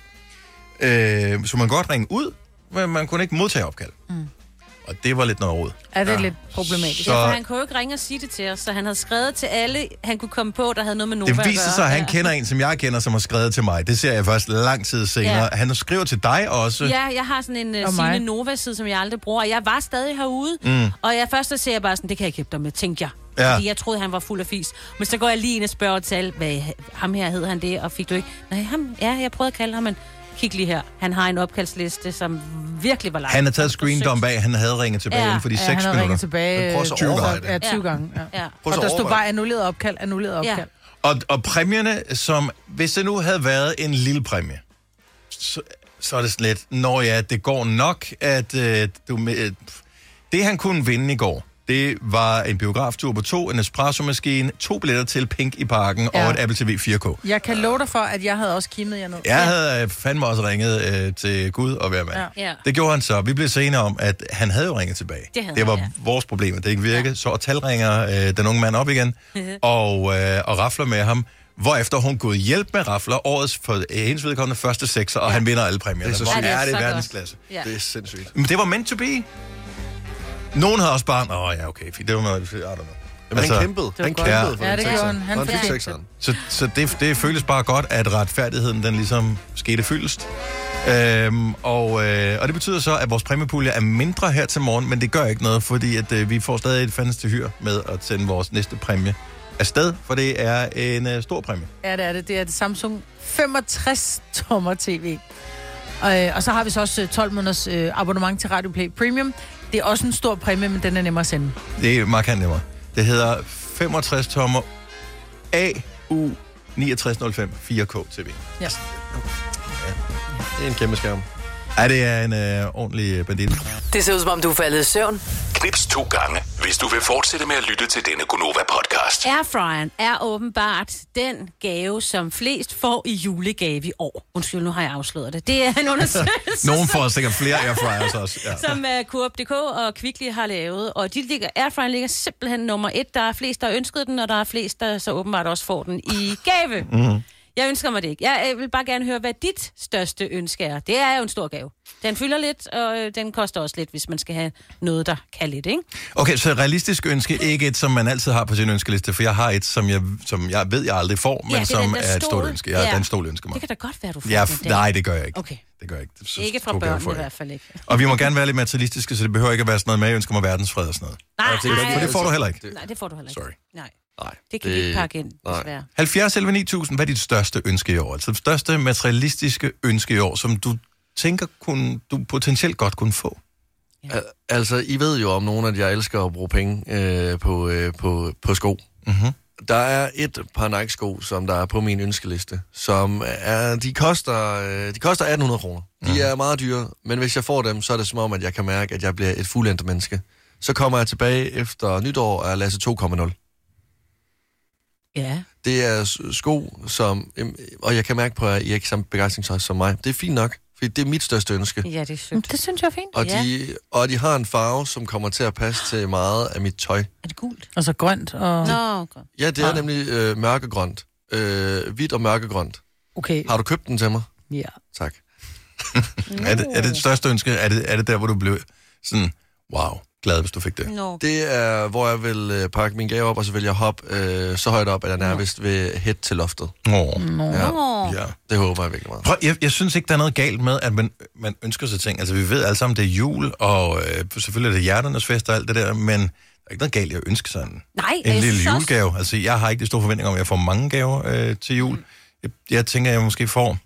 Så man godt ringe ud, men man kunne ikke modtage opkald. Og det var lidt noget råd.
Er det lidt problematisk?
Så... Ja, for han kunne jo ikke ringe og sige det til os, så han havde skrevet til alle, han kunne komme på, der havde noget med Nova at gøre.
Det viser sig, at han kender en, som jeg kender, som har skrevet til mig. Det ser jeg først lang tid senere. Ja. Han skriver til dig også.
Ja, jeg har sådan en Signe Nova-side, som jeg aldrig bruger. Jeg var stadig herude, og først så ser jeg bare sådan, det kan jeg ikke hæppe dig med, tænkte jeg. Ja. Fordi jeg troede, han var fuld af fis. Men så går jeg lige ind og spørger til, hvad ham her hed han det, og fik du ikke? Nej, jeg prøvede at kalde ham, men kig lige her. Han har en opkaldsliste, som virkelig var lang.
Han har taget screendump af, han havde ringet tilbage inden for de 6 minutter.
Han har ringet tilbage 20 gange. Ja. Og der stod bare annulleret opkald.
Og præmierne, som hvis det nu havde været en lille præmie, så er det sådan lidt, det går nok, at det han kunne vinde i går, det var en biograftur på 2, en espresso-maskine, 2 billetter til Pink i Parken og et Apple TV 4K.
Jeg kan love dig for, at jeg havde også kimmet jer ned.
Jeg havde fandme også ringet til Gud og hver mand. Ja. Det gjorde han så. Vi blev senere om, at han havde jo ringet tilbage. Det var vores problem, at det ikke virkede. Ja. Så talringer den unge mand op igen og rafler med ham. Hvorefter hun kunne hjælpe med rafler årets for hendes vedkommende første sekser, og han vinder alle præmierne.
Det er
så
det
er verdensklasse.
Ja.
Det er sindssygt.
Men det var meant to be. Nogen havde også bare, okay, fint. Det var noget, I don't know.
Men han kæmpede. Han kæmpede for
det gjorde han. Han
fik sekseren.
Så det føles bare godt, at retfærdigheden, den ligesom skete fyldest. Og det betyder så, at vores præmiepulje er mindre her til morgen, men det gør ikke noget, fordi at, vi får stadig et fandens til hyr med at sende vores næste præmie afsted, for det er en stor præmie.
Ja, det er det. Det er et Samsung 65-tommer TV. Og så har vi så også 12 måneders abonnement til Radio Play Premium. Det er også en stor præmie, men den er nemmere at sende.
Det er markant nemmere. Det hedder 65-tommer AU 6905 4K TV.
Ja.
Det er en kæmpe skærm.
Ja, det er en ordentlig bandit.
Det ser ud som om, du er faldet i søvn.
Knips 2 gange, hvis du vil fortsætte med at lytte til denne Gonova-podcast.
Airfryeren er åbenbart den gave, som flest får i julegave i år. Undskyld, nu har jeg afsløret det. Det er en undersøgelse.
Nogen får sikkert flere airfryers også. Ja.
Som Coop.dk og Kvickly har lavet. Og airfryeren ligger simpelthen nummer 1. Der er flest, der har ønsket den, og der er flest, der så åbenbart også får den i gave. Mm-hmm. Jeg ønsker mig det ikke. Jeg vil bare gerne høre, hvad dit største ønske er. Det er jo en stor gave. Den fylder lidt, og den koster også lidt, hvis man skal have noget, der kan lidt, ikke?
Okay, så realistisk ønske, ikke et, som man altid har på sin ønskeliste, for jeg har et, som jeg ved, jeg aldrig får, men som er et stort ønske. Ja, den stol ønsker mig.
Det kan da godt være, du får
den. Nej, det gør jeg ikke.
Okay.
Det gør jeg ikke. Så
ikke fra børn i hvert fald ikke.
Og vi må gerne være lidt materialistiske, så det behøver ikke at være sådan noget med, jeg ønsker mig verdensfred og sådan noget.
Nej,
for det får du heller ikke.
Nej, det får du heller ikke.
Sorry.
Nej. Det kan vi ikke pakke ind, desværre.
70 11 9000, hvad er dit største ønske i år? Altså det største materialistiske ønske i år, som du tænker, du potentielt godt kunne få?
Ja. Altså, I ved jo om nogen, at jeg elsker at bruge penge på sko. Mm-hmm. Der er et par Nike-sko, som der er på min ønskeliste, som er, de koster 1800 kroner. De er meget dyre, men hvis jeg får dem, så er det som om, at jeg kan mærke, at jeg bliver et fuldendt menneske. Så kommer jeg tilbage efter nytår og er Lasse 2,0.
Ja.
Det er sko, som... Og jeg kan mærke på, at I er ikke samme begejstringshøj som mig. Det er fint nok, for det er mit største ønske.
Ja, det er sødt. Det synes jeg er fint.
Og de har en farve, som kommer til at passe til meget af mit tøj.
Er det gult?
Altså grønt og...
Okay.
Ja, det er nemlig mørkegrønt. Hvidt og mørkegrønt.
Okay.
Har du købt den til mig?
Ja.
Tak.
Er det største ønske? Er det der, hvor du blev sådan, wow, glad, hvis du fik det?
No.
Det er, hvor jeg vil pakke min gave op, og så vil jeg hoppe så højt op, at jeg nærmest vil hætte til loftet. Ja, det håber jeg virkelig meget.
Prøv, jeg synes ikke, der er noget galt med, at man ønsker sig ting. Altså, vi ved alle sammen, det er jul, og selvfølgelig er det hjerternes fest og alt det der, men der er ikke noget galt i at ønske sig en lille julegave. Altså, jeg har ikke de store forventninger om, at jeg får mange gaver til jul. Jeg tænker, at jeg måske får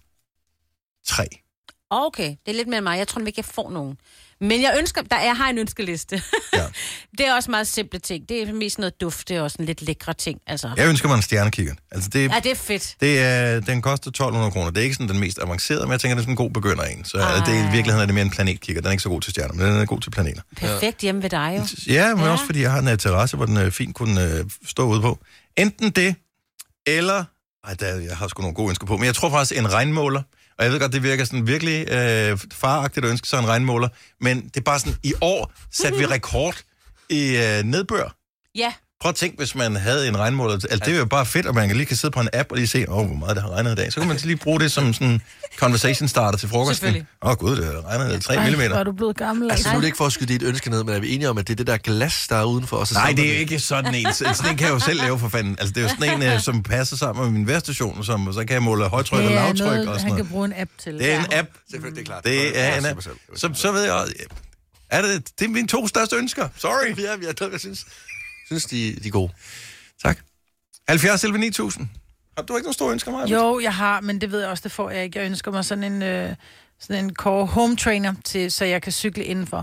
3.
Okay, det er lidt mere mig. Jeg tror ikke, jeg får nogen. Men jeg ønsker, jeg har en ønskeliste. Ja. Det er også meget simple ting. Det er mest noget duft, det er også en lidt lækre ting. Altså.
Jeg ønsker mig en stjernekikkert. Altså det
er fedt.
Den koster 1200 kroner. Det er ikke sådan den mest avancerede, men jeg tænker, det er sådan en god begynder en. Så det i virkeligheden er det mere en planetkikkert. Den er ikke så god til stjerner, men den er god til planeter.
Perfekt hjemme ved dig jo.
Ja, men også fordi jeg har en terrasse, hvor den fint kunne stå ude på. Enten det, eller... jeg har sgu nogle gode ønsker på, men jeg tror faktisk en regnmåler. Og jeg ved godt, det virker sådan virkelig faragtigt at ønske sig en regnmåler, men det er bare sådan, i år satte vi rekord i nedbør.
Ja.
Prøv at tænke, hvis man havde en regnmåler. Altså, det er jo bare fedt, at man lige kan sidde på en app og lige se, hvor meget det har regnet i dag. Så kan man lige bruge det som sådan conversation starter til frokosten. Gud, det har regnet 3 mm.
Var du blevet gammel?
Altså, nu er det ikke for at skyde dit ønske ned, men er vi enige om, at det er det der glas, der er udenfor os?
Nej, det er ikke sådan en. Sådan en kan jeg jo selv lave for fanden. Altså, det er jo sådan en, som passer sammen med min værstation, så kan jeg måle højtryk og lavtryk og sådan noget.
Han kan bruge en app til.
Det er en app.
Selvfølgelig, det er klart.
Det er en app. Så ved jeg, det er mine 2 største ønsker. Sorry.
Jeg synes, de er gode.
Tak. 70 11 9000. Har du ikke nogen store ønsker, Maja?
Jo, jeg har, men det ved jeg også, det får jeg ikke. Jeg ønsker mig sådan en Core Home Trainer, så jeg kan cykle indenfor.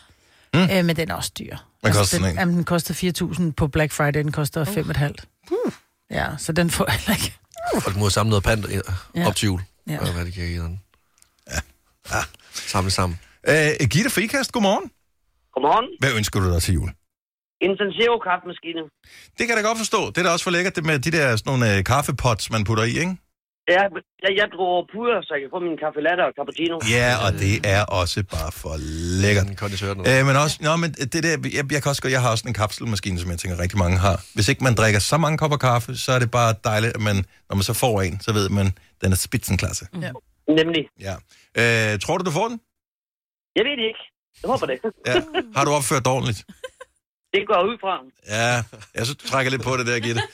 Men den er også dyr.
Hvad koster den?
Jamen, den koster 4.000 på Black Friday, den koster 5.500. Ja, så den får jeg heller ikke.
Folk må samle noget pant op til jul. Ja. Og hvad det kan give den. Ja. Samle sammen.
Gitte Frikast, godmorgen.
Godmorgen.
Hvad ønsker du dig til jul?
Intensiv kaffemaskine.
Det kan jeg da godt forstå. Det er da også for lækkert, det med de der sådan nogle kaffepots, man putter i, ikke?
Ja, jeg druger puder, så jeg kan få min kaffe latte og cappuccino.
Ja, og det er også bare for lækkert. Men også, men det der, jeg har også en kapselmaskine, som jeg tænker rigtig mange har. Hvis ikke man drikker så mange kopper kaffe, så er det bare dejligt, at man, når man så får en, så ved man, den er spitzenklasse.
Ja. Nemlig.
Ja. Tror du får den?
Jeg ved det ikke. Jeg håber det.
Ja. Har du opført ordentligt?
Det går ud fra.
Ja, jeg så trækker lidt på det der, Gitte.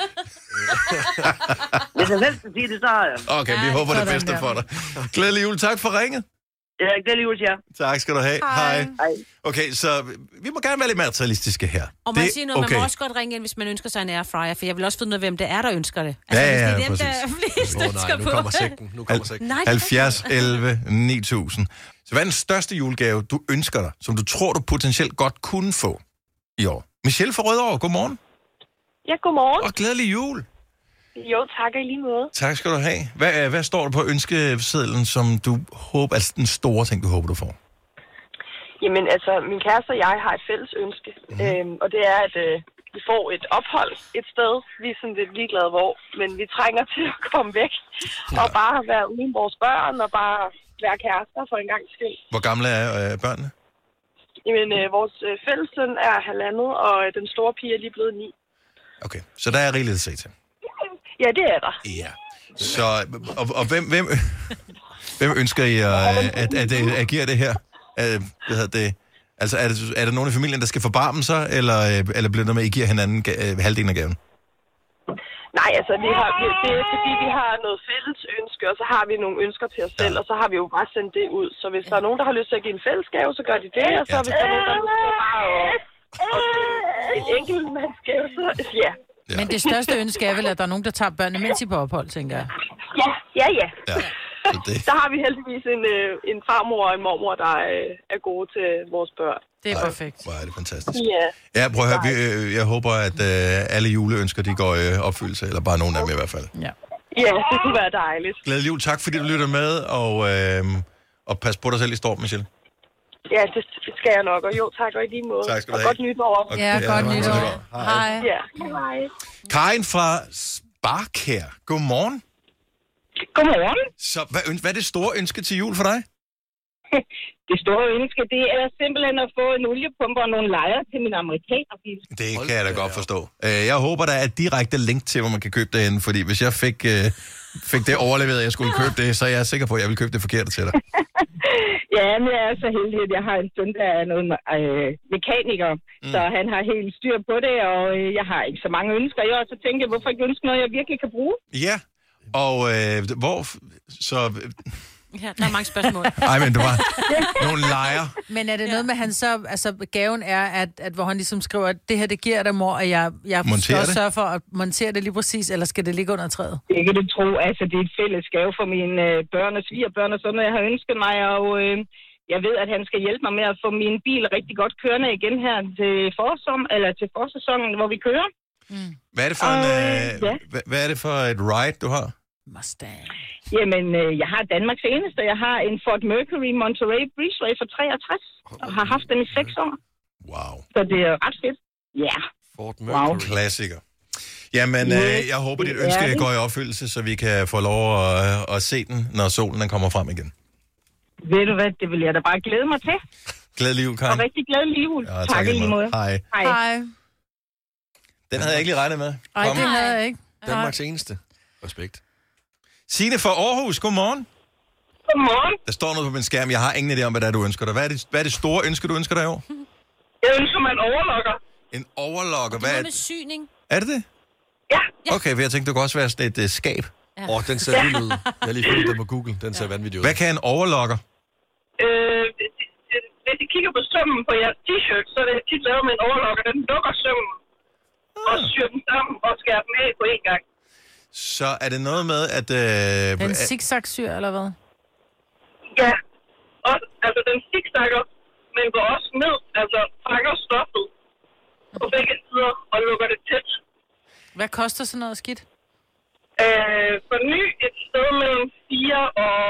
Hvis jeg selv skal sige det, så har jeg.
Okay, vi håber det bedste for dig. Glædelig jul. Tak for ringet.
Ja, glædelig jul til jer.
Tak skal du have. Hej. Okay, så vi må gerne være lidt materialistiske her.
Og man siger noget, man må også godt ringe ind, hvis man ønsker sig en airfryer, for jeg vil også finde ud af, hvem det er, der ønsker det. Altså,
Ja,
hvis det er dem, der flest ønsker
nu
på.
kommer sækken. Nu kommer sækken.
70, 11, 9000. Så hvad er den største julegave, du ønsker dig, som du tror, du potentielt godt kunne få i år? Michelle fra Rødovre, godmorgen.
Ja, godmorgen.
Og glædelig jul.
Jo, tak i lige måde.
Tak skal du have. Hvad står der på ønskesedlen, som du håber, altså den store ting, du håber, du får?
Jamen, altså, min kæreste og jeg har et fælles ønske. Og det er, at vi får et ophold et sted. Vi er sådan lidt ligeglade hvor, men vi trænger til at komme væk. Og bare være uden vores børn, og bare være kærester for en gang skyld.
Hvor gamle er børnene?
Jamen, vores fælles søn er 1,5, og den store pige er lige blevet 9.
Okay, så der er rigeligt at se til.
Ja, det er der.
Ja. Så, og hvem ønsker I at agere det her? Hvad hedder det? Altså, er der nogen i familien, der skal forbarme sig, eller bliver det med, at I giver hinanden halvdelen af gaven?
Nej, altså, det er fordi, vi har noget fælles ønske, og så har vi nogle ønsker til os selv, og så har vi jo bare sendt det ud. Så hvis der er nogen, der har lyst til at give en fælles gave, så gør de det, og så hvis der er nogen, der har lyst til bare en enkelt mandsgave, så ja.
Men det største ønske er vel, at der er nogen, der tager børnene, mens de er på ophold, tænker jeg.
Ja.
Der
har vi heldigvis en farmor og en mormor, der er gode til vores børn.
Det er perfekt.
Hvor er det fantastisk.
Ja,
prøv at høre, jeg håber, at alle juleønsker, de går i opfyldelse, eller bare nogen af dem i hvert fald.
Ja, det kunne være dejligt.
Glædelig jul. Tak, fordi du lytter med, og pas på dig selv i storm, Michelle.
Ja, det skal jeg nok, og jo, tak og i lige måde.
Tak skal du
og
have.
godt nytår.
Godt nytår. Hej.
Ja, hej.
Karin fra Sparkær. Godmorgen.
Godmorgen.
Så hvad er det store ønske til jul for dig?
Det store ønske, det er simpelthen at få en oliepumpe og nogle lejer til min amerikanerbil.
Det kan jeg da godt forstå. Jeg håber, der er et direkte link til, hvor man kan købe det henne, fordi hvis jeg fik det overleveret, at jeg skulle købe det, så er jeg sikker på, at jeg vil købe det forkerte til dig.
Ja, men jeg er så heldig, at jeg har en søn, der er noget mekaniker, så han har helt styr på det, og jeg har ikke så mange ønsker i år, så tænker jeg, hvorfor ikke ønske noget, jeg virkelig kan bruge?
Ja, og hvor... Så...
Ja, der er mange spørgsmål.
Ej, men det var nogle lejer.
Men er det noget med, han så... Altså, gaven er, at hvor han ligesom skriver, at det her, det giver dig, mor, og jeg skal også sørge for at montere det lige præcis, eller skal det ligge under træet?
Det kan du tro. Altså, det er et fælles gave for mine børn og svigerbørn og sådan noget, jeg har ønsket mig, og jeg ved, at han skal hjælpe mig med at få min bil rigtig godt kørende igen her til forsæsonen, hvor vi kører.
Hvad er det for et ride, du har?
Mustang.
Jamen, jeg har Danmarks eneste. Jeg har en Ford Mercury Monterey Breezeway for 63, og har haft den i 6 år.
Wow.
Så det er ret fedt. Ja.
Ford Mercury.
Klassiker. Jamen, jeg håber, dit ønske går i opfyldelse, så vi kan få lov at se den, når solen kommer frem igen.
Ved du hvad, det vil jeg da bare glæde mig til.
Glædelig jul, Karin.
Og rigtig glædelig jul.
Ja,
tak i lige måde.
Hej. Den havde jeg ikke lige regnet med.
Nej, det havde jeg ikke.
Danmarks eneste. Respekt.
Signe fra Aarhus, godmorgen.
Godmorgen.
Der står noget på min skærm. Jeg har ingen idé om, hvad det er, du ønsker dig. Hvad er det store ønske, du ønsker dig i år?
Jeg ønsker mig en overlocker.
En overlocker?
Hvad er det? Med syning.
Er det det?
Ja.
Okay, for jeg tænkte, det kunne også være sådan et skab.
Den ser vild ud. Jeg har lige fundet den på Google. Den ser vanvittig ud.
Hvad kan en overlocker?
Hvis I kigger på sømmen på jeres t-shirt, så er det tit lavet med en overlocker. Den lukker sømmen og syr den sammen og skærer den af på en gang.
Så er det noget med, at...
En zigzag-syr, eller hvad?
Ja. Og, altså, den zigzagger, men går også ned, altså fanger stoffet på begge sider og lukker det tæt.
Hvad koster sådan noget skidt?
For ny et sted mellem 4 og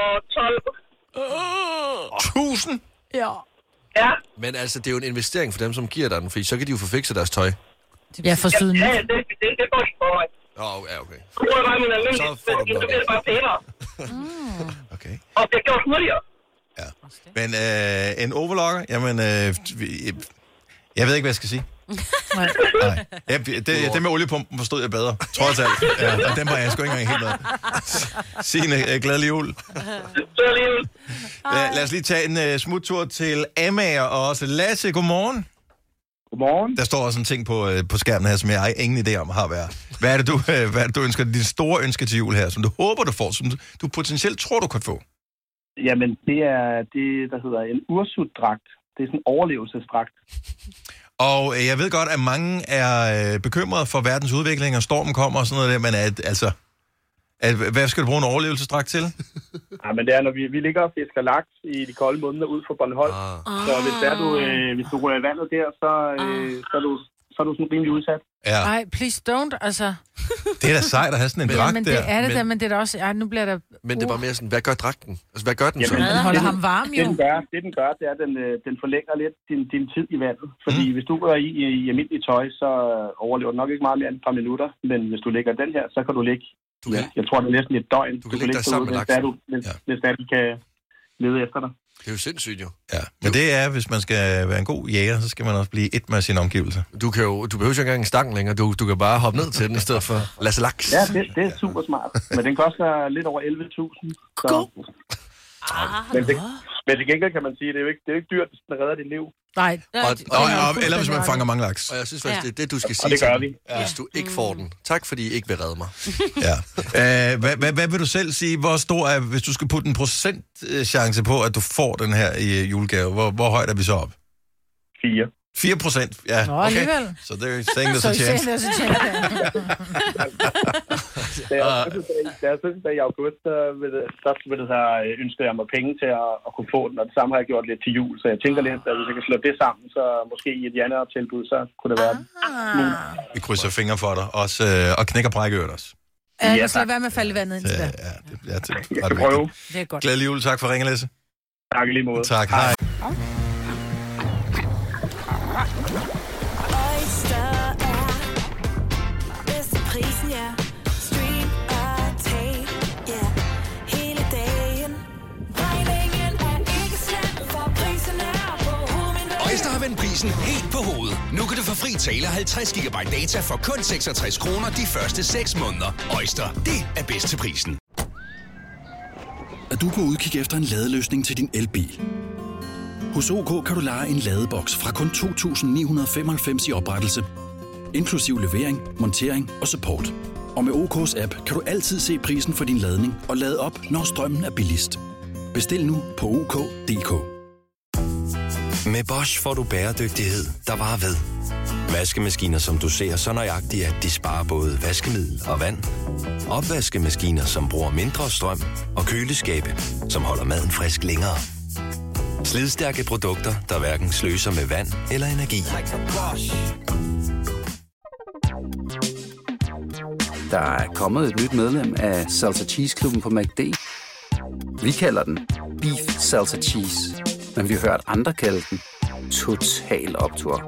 12.
1000?
Ja.
Ja.
Men altså, det er jo en investering for dem, som giver dig den, fordi så kan de jo få fikset deres tøj.
Ja, for syden.
Ja, det går ikke for mig.
Ja, okay.
Så bruger jeg bare min almindelige, så bliver det bare pænere.
Okay.
Og det går hurtigere.
Ja. Men en overlocker, jamen... jeg ved ikke, hvad jeg skal sige.
Nej.
Ja, det med oliepumpen forstod jeg bedre, trods alt. Ja, og den var jeg sgu ikke engang helt med. Signe, glædelig jul.
Glædelig jul.
Lad os lige tage en smuttur til Amager og også Lasse. Godmorgen.
Godmorgen.
Der står også en ting på skærmen her, som jeg har ingen idé om har været. Hvad er det, du ønsker? Dit store ønske til jul her, som du håber, du får, som du potentielt tror, du kan få?
Jamen, det er det, der hedder en ursutdragt. Det er sådan en overlevelsesdragt.
Og jeg ved godt, at mange er bekymrede for verdens udvikling, og stormen kommer og sådan noget der, men hvad skal du bruge en overlevelsesdragt til?
Ja, men det er, når vi ligger og fisker laks i de kolde måneder ude for Bornholm. Så hvis du rører vandet der, så er du sådan rimelig udsat.
Ja.
Nej, please don't, altså.
Det er da sejt at have sådan en dragt der.
Men det er det der, men det er da også... Ej, nu bliver der...
Men det er bare mere sådan, hvad gør dragten? Altså, hvad gør den så?
Den holder ham varm, jo.
Det den gør, det er, at den forlænger lidt din tid i vandet. Fordi hvis du går i almindelig tøj, så overlever du nok ikke meget mere end et par minutter. Men hvis du lægger den her, så kan du ligge... Jeg tror, det er næsten et døgn.
Du kan ligge der sammen med laksen.
Hvis du kan lede efter dig.
Det er jo sindssygt, jo.
Ja, men det er, hvis man skal være en god jæger, så skal man også blive et med sin omgivelse.
Du behøver ikke engang en stang længere. Du kan bare hoppe ned til den, i stedet for Lasse Laks.
Ja, det er super smart. Men den koster lidt over 11.000. Så... Men til gengæld kan man sige, det er jo ikke dyrt, hvis den redder dit liv.
Nej.
Eller hvis man fanger mange laks.
Og jeg synes faktisk, det er det, du skal sige.
Og det gør vi.
Hvis du ikke får den. Tak, fordi I ikke vil redde mig.
Ja. Hvad vil du selv sige? Hvor stor er, hvis du skal putte en procentchance på, at du får den her i julegave? Hvor højt er vi så op?
4.
4%? Ja,
okay. Alligevel.
Så det er saying there's a chance.
Da jeg fødselsdag i august, så ønskede jeg mig penge til at kunne få den, og det samme har jeg gjort lidt til jul, så jeg tænker lidt, at hvis jeg kan slå det sammen, så måske i et januar-tilbud, så kunne det være det.
Vi krydser fingre for dig, også, og knækker brækkeøret også.
Ja, så lad være med at falde i vandet indtil da.
Ja, det er ret vigtigt.
Det er godt.
Glædelig jul, tak for ringen, Lasse.
Tak i lige måde.
Tak, hej.
Øjster har vendt prisen helt på hovedet. Nu kan du få fri tale 50 GB data for kun 66 kroner de første 6 måneder. Øjster, det er bedst til prisen.
Er du på udkig efter en ladeløsning til din elbil? Hos OK kan du leje en ladeboks fra kun 2.995 i oprettelse, inklusiv levering, montering og support. Og med OK's app kan du altid se prisen for din ladning og lade op, når strømmen er billigst. Bestil nu på OK.dk.
Med Bosch får du bæredygtighed, der varer ved. Vaskemaskiner, som du ser så nøjagtigt, at de sparer både vaskemiddel og vand. Opvaskemaskiner, som bruger mindre strøm. Og køleskabe, som holder maden frisk længere. Slidstærke produkter, der hverken sløser med vand eller energi.
Der er kommet et nyt medlem af Salsa Cheese Klubben på McD. Vi kalder den Beef Salsa Cheese, men vi har hørt andre kalde den Total Optur.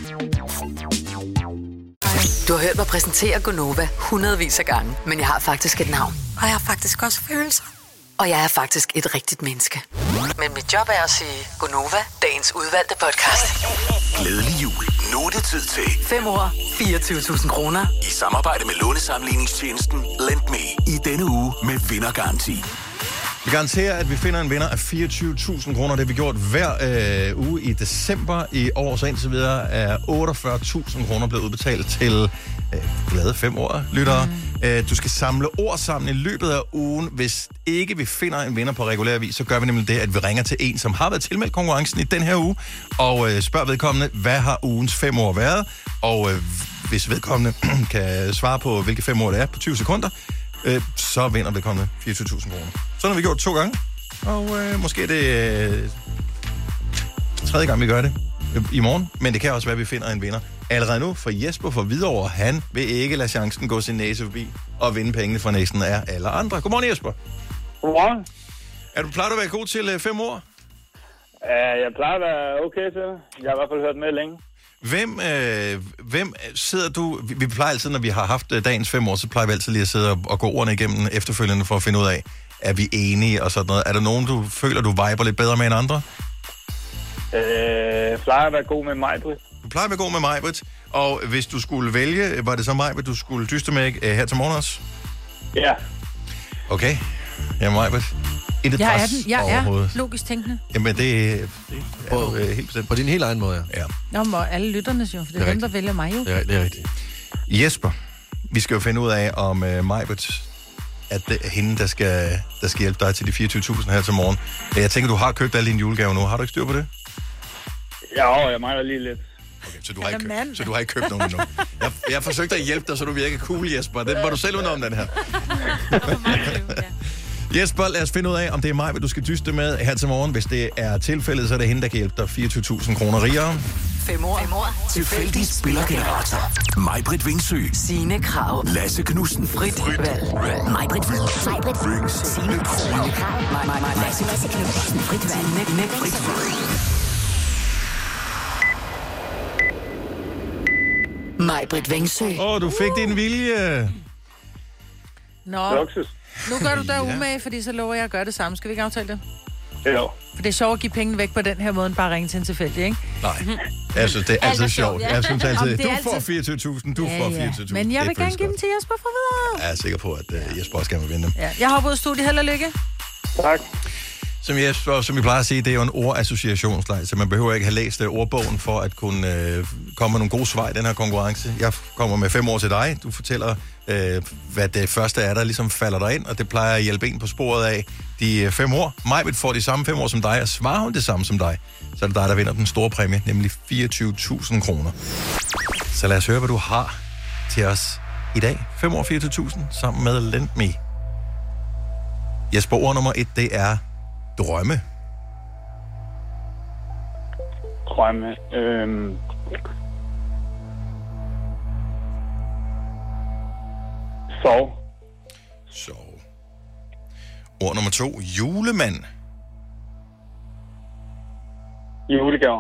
Du har hørt mig præsentere Gonova hundredvis af gange, men jeg har faktisk et navn. Og jeg har faktisk også følelser. Og jeg er faktisk et rigtigt menneske. Men mit job er at sige Gonova, dagens udvalgte podcast.
Glædelig jul. Nu er det tid til
5 år, 24.000 kroner.
I samarbejde med lånesamligningstjenesten LendMe. I denne uge med vindergaranti.
Vi garanterer, at vi finder en vinder af 24.000 kroner. Det har vi gjort hver uge i december i år, så indtil videre er 48.000 kroner blevet udbetalt til glade 5 år, lyttere. Du skal samle ord sammen i løbet af ugen. Hvis ikke vi finder en vinder på regulær vis, så gør vi nemlig det, at vi ringer til en, som har været tilmeldt konkurrencen i den her uge, og spørger vedkommende, hvad har ugens 5 år været? Og hvis vedkommende kan svare på, hvilke 5 år det er på 20 sekunder, så vinder vedkommende 24.000 kroner. Sådan har vi gjort 2 gange, og måske er det 3. gang, vi gør det i morgen. Men det kan også være, at vi finder en vinder allerede nu, for Jesper fra Hvidovre, han vil ikke lade chancen gå sin næse forbi og vinde pengene fra næsten af alle andre. Godmorgen, Jesper.
Godmorgen.
Plejer du at være god til 5 år?
Jeg plejer at være okay til det. Jeg har i hvert fald hørt med længe.
Hvem sidder du... Vi plejer altid, når vi har haft dagens 5 år, så plejer vi altid lige at sidde og gå ordene igennem efterfølgende for at finde ud af, er vi enige og sådan noget. Er der nogen, du føler, du viber lidt bedre med end andre?
Jeg plejer at være god med Majbrit.
Du plejer at være god med Majbrit. Og hvis du skulle vælge, var det så Majbrit, du skulle dyste med her til morgen også?
Ja.
Okay. Ja, Majbrit.
Jeg er logisk tænkende.
Jamen, det er helt bestemt.
På din helt egen måde,
ja.
Nå, men alle lytternes jo, for det er dem, der vælger mig jo.
Det er rigtigt.
Jesper, vi skal jo finde ud af, om Majbrit at det er hende, der skal hjælpe dig til de 24.000 her til morgen. Jeg tænker, du har købt alle dine julegaver nu. Har du ikke styr på det?
Ja, jeg mangler lige lidt.
Okay, så du har ikke købt nogen endnu. Jeg forsøgte at hjælpe dig, så du virker cool, Jesper. Den var du selv udenom, den her. Jesper, lad os finde ud af, om det er mig, hvad du skal dyste med her til morgen. Hvis det er tilfældet, så er det hende, der kan hjælpe dig 24.000 kroner rigere.
5 år.
Tilfældig spillergenerator. Maj-Brit Vingsø.
Signe Krav.
Lasse Knudsen.
Frit Valg.
Maj-Brit
Signe Krav. Lasse Knudsen. Frit Valg. Frit Valg. Maj-Brit Vingsø.
Du fik din vilje.
Nå, nu gør du der umage, fordi så lover jeg at gøre det samme. Skal vi ikke aftale det?
Ja.
For det er sjovt at give pengene væk på den her måde, end bare ringe til en tilfældig, ikke?
Nej, jeg synes, det er altid sjovt. Jeg synes altid, du får 24.000, du får 24.000.
Men jeg vil gerne give dem til Jesper for videre.
Jeg er sikker på, at Jesper også gerne vil vinde dem.
Ja. Jeg hopper ud af studiet. Held og lykke.
Tak.
Som vi plejer at sige, det er jo en ordassociationsleg, så man behøver ikke have læst ordbogen for at kunne komme med nogle gode svar i den her konkurrence. Jeg kommer med 5 år til dig. Du fortæller, hvad det første er, der ligesom falder dig ind, og det plejer at hjælpe en på sporet af de 5 år. Majbet får de samme 5 år som dig, og svarer hun det samme som dig, så er det dig, der vinder den store præmie, nemlig 24.000 kroner. Så lad os høre, hvad du har til os i dag. 5 år 24.000 sammen med Lend Me. Jesper, ord nummer 1, det er drømme.
Drømme.
Sov. Ord nummer 2, julemand.
Julegaver.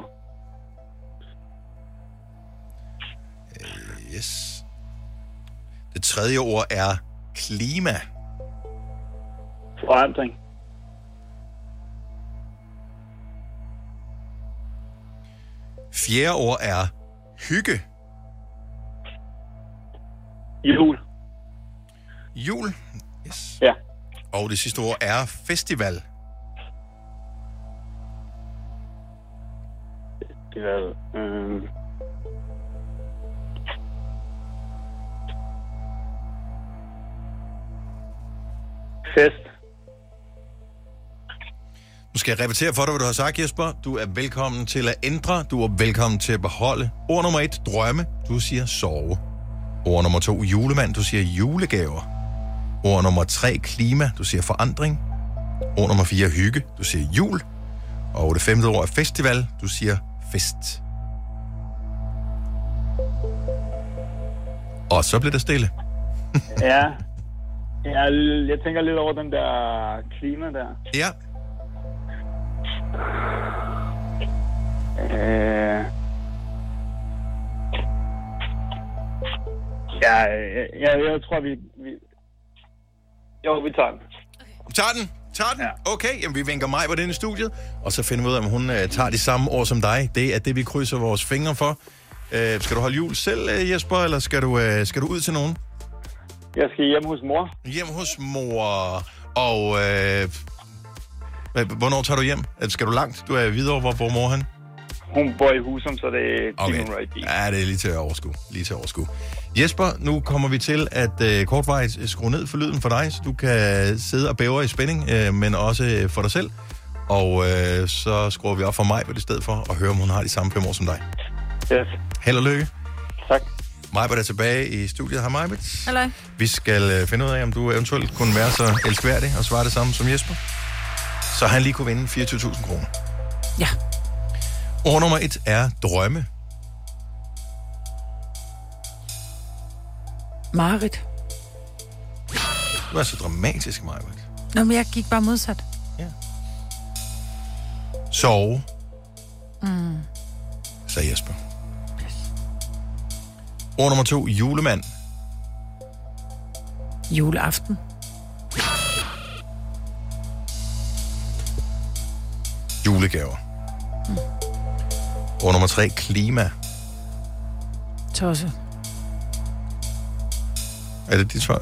Yes. Det tredje ord er klima.
Forandring.
Fjerde ord er hygge.
Jul.
Jul. Yes.
Ja.
Og det sidste ord er festival.
Festival. Fest.
Nu skal jeg repetere for dig, hvad du har sagt, Jesper. Du er velkommen til at ændre. Du er velkommen til at beholde. Ord nummer 1, drømme. Du siger sove. Ord nummer 2, julemand. Du siger julegaver. Ord nummer 3, klima. Du siger forandring. Ord nummer 4, hygge. Du siger jul. Og det 5. ord er festival. Du siger fest. Og så bliver det stille.
Ja. Jeg tænker lidt over den der klima der.
Ja.
Jeg tror, vi tager den.
Tager den? Ja. Okay, jamen vi vinker mig på den i studiet, og så finder vi ud af, om hun tager de samme ord som dig. Det er det, vi krydser vores fingre for. Skal du holde jul selv, Jesper, eller skal du ud til nogen?
Jeg skal hjem hos mor.
Hjem hos mor. Og hvornår tager du hjem? Skal du langt? Du er i Hvidovre, hvor bor mor hen?
Hun bor i Husum, så det er 10 minutter i bil.
Ja, det er lige til at overskue. Jesper, nu kommer vi til at kortvejs skrue ned for lyden for dig, så du kan sidde og bævre i spænding, men også for dig selv. Og så skruer vi op for Maj-Brit i stedet for at høre, om hun har de samme 5 år som dig.
Yes.
Held og lykke.
Tak.
Maj-Brit er tilbage i studiet. Hej Maj-Brit.
Halløj.
Vi skal finde ud af, om du eventuelt kunne være så elskværdig og svare det samme som Jesper. Så han lige kunne vinde 24.000 kroner.
Ja.
Ord nummer 1 er drømme.
Marit.
Du er så dramatisk, Maj-Brit.
Nå, men jeg gik bare modsat.
Ja. Sove. Sagde Jesper. Ord nummer 2, julemand.
Juleaften.
Julegaver. Ord nummer 3, klima.
Tosse.
Er det dit svar?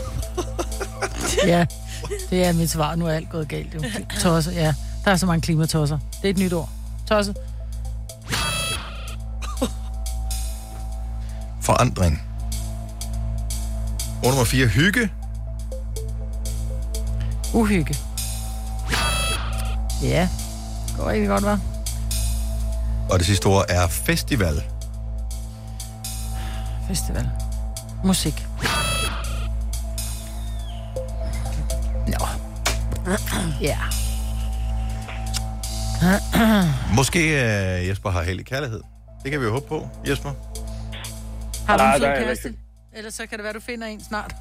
Ja, det er mit svar. Nu er alt gået galt. Jo. Tosse, ja. Der er så mange klimatosser. Det er et nyt ord. Tosse.
Forandring. Ord nummer 4, hygge.
Uhygge. Ja, går rigtig godt, hva'?
Og det sidste ord er festival.
Festival. Musik. Nå. Ja.
Måske Jesper har held i kærlighed. Det kan vi jo håbe på, Jesper.
Har du en fed kæreste? Ellers så kan det være, du finder en snart.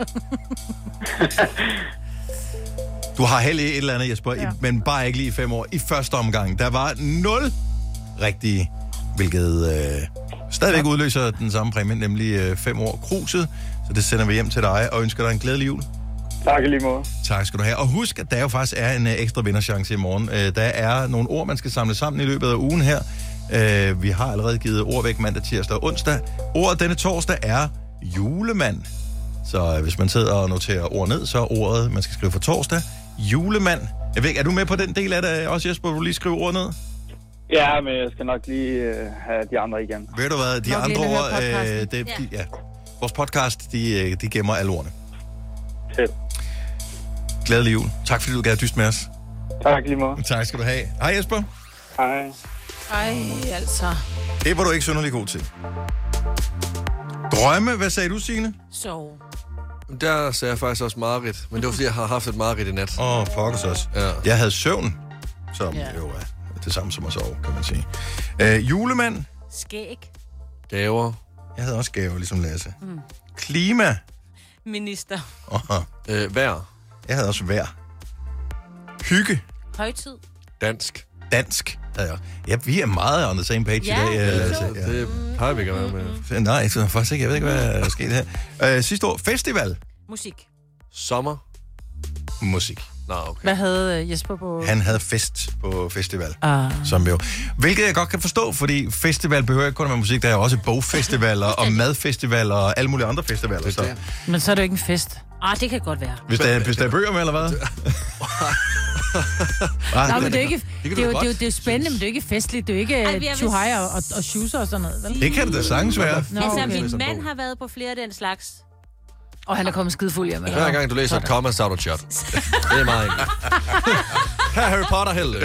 Du har held i et eller andet, Jesper, men bare ikke lige i 5 år. I første omgang, der var 0 rigtige, hvilket stadigvæk udløser den samme præmie, nemlig 5 år kruset. Så det sender vi hjem til dig og ønsker dig en glædelig jul.
Tak lige måde.
Tak skal du have. Og husk, at der jo faktisk er en ekstra vinderchance i morgen. Der er nogle ord, man skal samle sammen i løbet af ugen her. Vi har allerede givet ord væk mandag, tirsdag og onsdag. Ordet denne torsdag er julemand. Så hvis man sidder og noterer ord ned, så er ordet, man skal skrive for torsdag, julemand. Jeg ved ikke, er du med på den del af det også, Jesper? Vil du lige skrive ord ned?
Ja, men jeg skal nok lige have de andre igen.
Ved du hvad, de andre ord, vores podcast, de gemmer alle ordene.
Fedt.
Glædelig jul. Tak fordi du gad dyst med os.
Tak lige måde.
Tak skal du have. Hej Jesper.
Hej.
Ej, altså.
Det var du ikke synderlig god til. Drømme, hvad sagde du, Signe?
Sove.
Der sagde jeg faktisk også mareridt, men det var fordi, jeg har haft et mareridt i nat.
Fokus også. Ja. Jeg havde søvn, som jo er det samme som at sove, kan man sige. Julemand.
Skæg.
Gaver.
Jeg havde også gaver, ligesom Lasse. Klima.
Minister.
Vejr.
Jeg havde også vejr. Hygge.
Højtid.
Dansk.
Dansk havde jeg. Ja, vi er meget on the same page i dag.
Det plejer vi ikke at være med.
Nej, så faktisk ikke. Jeg ved ikke, hvad der er sket her. Sidste ord. Festival.
Musik.
Sommer.
Musik.
Nå, okay.
Hvad havde Jesper på?
Han havde fest på festival. Som jo. Hvilket jeg godt kan forstå, fordi festival behøver ikke kun at være musik. Der er jo også bogfestivaler og madfestivaler og alle mulige andre festivaler. Så.
Men så er det jo ikke en fest.
Det kan godt være.
Hvis der er bøger med, eller hvad?
Nej, men det er ikke... Det er spændende, men det er ikke festligt. Det er jo ikke tjuhaj og schusser og sådan noget, vel?
Det kan det da sagtens være.
Min mand har været på flere af den slags.
Og han er kommet skidefuld hjem.
Hver gang du læser et komma, så er du et shot. Det er meget enkelt. Her er Harry Potter helte.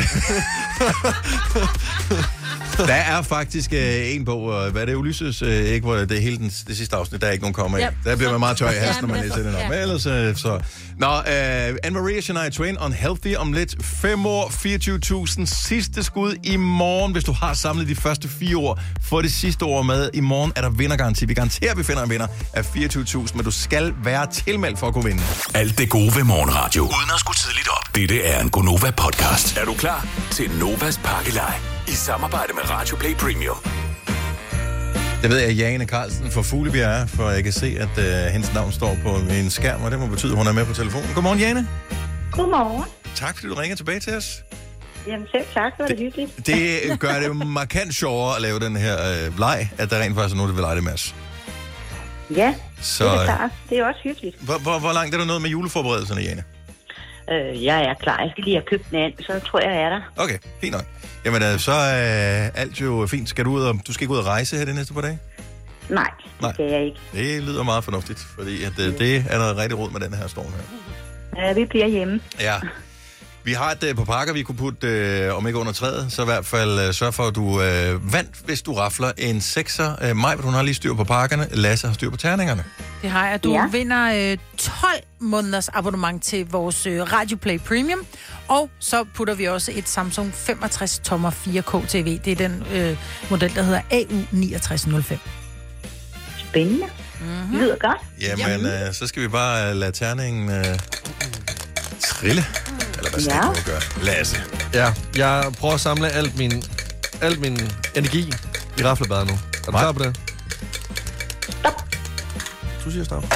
Der er faktisk en bog, hvad er det, Ulysses, ikke, hvor det er hele det sidste afsnit, der er ikke nogen kommer i. Der bliver man meget tør i halsen, når man læser den op. Men ellers så... Nå, Anne-Marie Shania Twain, Unhealthy, om lidt 5 år, 24.000, sidste skud i morgen. Hvis du har samlet de første 4 år, få det sidste år med. I morgen er der vindergaranti. Vi garanterer, at vi finder en vinder af 24.000, men du skal være tilmeldt for at kunne vinde.
Alt det gode ved morgenradio, uden at skulle tidligt op. Dette er en Gonova-podcast. Er du klar til Novas pakkelej? I samarbejde med Radio Play Premium.
Det ved jeg, at Jane Carlsen fra Fuglebjerg er, for jeg kan se, at hendes navn står på min skærm, og det må betyde, at hun er med på telefonen. Godmorgen, Jane.
Godmorgen.
Tak, fordi du ringer tilbage til os.
Jamen selv tak, det var det hyggeligt.
Det gør det jo markant sjovere at lave den her leg, at der rent faktisk er nogen, der vil lege det med os.
Ja, så, det er klart. Det er også hyggeligt.
Hvor langt er du nået med juleforberedelserne, Jane?
Jeg er klar. Jeg skal lige have købt den ind, så tror jeg er der.
Okay, fint nok. Jamen, så er alt jo fint. Skal du skal ikke ud og rejse her det næste par dage?
Nej, det skal jeg ikke.
Det lyder meget fornuftigt, fordi det er noget rigtig råd med den her storm her.
Ja, vi bliver hjemme.
Ja. Vi har et par pakker, vi kunne putte, om ikke under træet, så i hvert fald sørg for, at du vandt, hvis du rafler en 6'er. Maj, hun har lige styr på pakkerne. Lasse har styr på terningerne.
Det har jeg. Du vinder 12 måneders abonnement til vores Radio Play Premium. Og så putter vi også et Samsung 65-tommer 4K TV. Det er den model, der hedder AU6905.
Spændende. Mm-hmm. Lyder godt.
Jamen, så skal vi bare lade terningen trille. Eller hvad skal du gøre? Lasse.
Ja, jeg prøver at samle alt min energi i raflebadet nu. Er du klar på det?
Stop.
Du siger stop.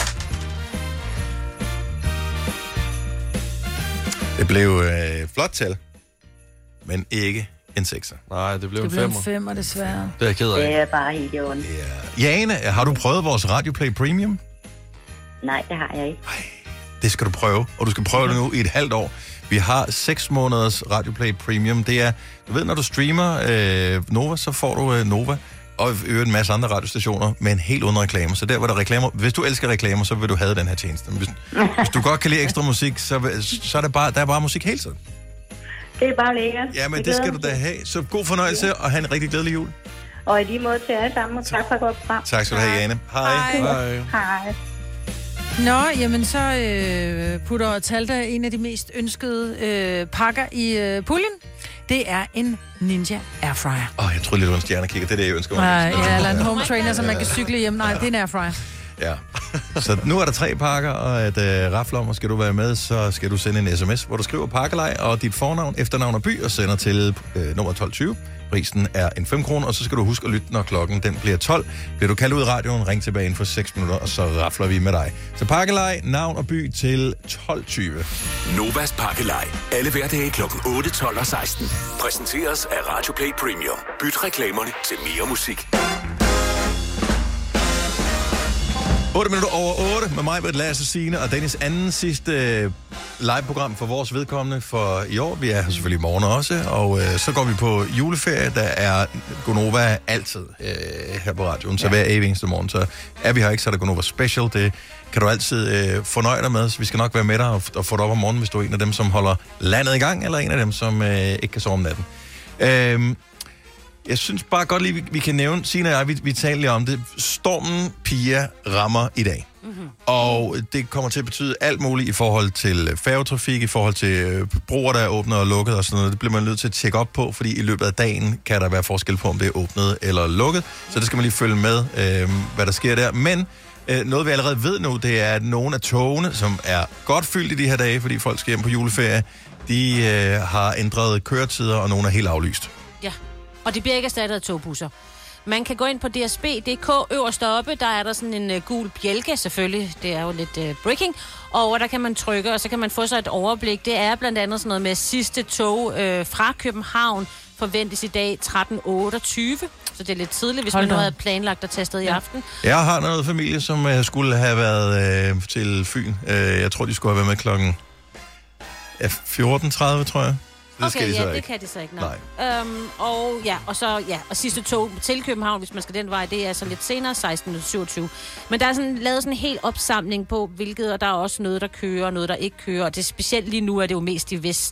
Det blev flot tal, men ikke en 6'er.
Nej, det blev en 5'er.
Det blev en 5'er, desværre.
Det er jeg ked af.
Det er bare helt i orden.
Jane, har du prøvet vores Radio Play Premium?
Nej, det har jeg ikke.
Det skal du prøve, og du skal prøve det nu i et halvt år. Vi har 6 måneders Radio Play Premium. Det er, du ved, når du streamer Nova, så får du Nova og i øvrigt en masse andre radiostationer, men helt uden reklamer. Så der var der reklamer. Hvis du elsker reklamer, så vil du have den her tjeneste. Hvis du godt kan lide ekstra musik, så er der bare musik hele tiden.
Det er bare lækkert.
Ja, men det skal du da have. Så god fornøjelse, og have en rigtig glædelig jul.
Og i lige måde til jer sammen, og tak for at gå frem.
Tak skal du have, Jane. Hej.
Hej.
Nå, jamen så putter Talda en af de mest ønskede pakker i puljen. Det er en Ninja Airfryer.
Jeg troede lidt, du var en stjernekikker. Det er det, jeg ønsker mig.
Ja, eller en home trainer, så man kan cykle hjem. Nej, det er en Airfryer.
Ja. Så nu er der 3 pakker, og et raflommer. Skal du være med, så skal du sende en sms, hvor du skriver pakkelej og dit fornavn, efternavn og by, og sender til nummer 1220. Prisen er en 5 kroner, og så skal du huske at lytte, når klokken den bliver 12. Bliver du kaldt ud i radioen, ring tilbage inden for 6 minutter, og så rafler vi med dig. Så pakkelej, navn og by til 12.20.
Novas pakkelej. Alle hverdage kl. 8, 12 og 16. Præsenteres af Radio Play Premium. Byt reklamerne til mere musik.
8 minutter over 8 med mig, Lasse, Signe og Dennis anden sidste live-program for vores vedkommende for i år. Vi er her selvfølgelig i morgen også, og så går vi på juleferie. Der er Gonova altid her på radioen, så hver eneste morgen. Så er vi her ikke, så er der Gonova Special. Det kan du altid fornøje dig med, så vi skal nok være med dig og få dig op om morgenen, hvis du er en af dem, som holder landet i gang, eller en af dem, som ikke kan sove om natten. Jeg synes bare godt lige, vi kan nævne, Signe og jeg, vi taler lige om det. Stormen Pia rammer i dag. Mm-hmm. Og det kommer til at betyde alt muligt i forhold til færgetrafik, i forhold til broer, der er åbnet og lukket og sådan noget. Det bliver man nødt til at tjekke op på, fordi i løbet af dagen kan der være forskel på, om det er åbnet eller lukket. Så det skal man lige følge med, hvad der sker der. Men noget vi allerede ved nu, det er, at nogle af togene, som er godt fyldt i de her dage, fordi folk skal hjem på juleferie, de har ændret køretider, og nogle er helt aflyst.
Ja. Og det bliver ikke erstattet af togbusser. Man kan gå ind på dsb.dk, øverst oppe, der er der sådan en gul bjælke, selvfølgelig, det er jo lidt breaking, og der kan man trykke, og så kan man få sig et overblik. Det er blandt andet sådan noget med sidste tog fra København, forventes i dag 13.28, så det er lidt tidligt, hvis man nu havde planlagt at tage afsted i aften. Jeg
har noget familie, som skulle have været til Fyn. Jeg tror, de skulle have været med klokken 14.30, tror jeg.
Okay, det kan de så ikke. Nej. Og sidste tog til København, hvis man skal den vej, det er så lidt senere, 16.27. Men der er sådan lavet sådan en hel opsamling på, hvilket, og der er også noget, der kører, og noget, der ikke kører. Og det er specielt lige nu, er det jo mest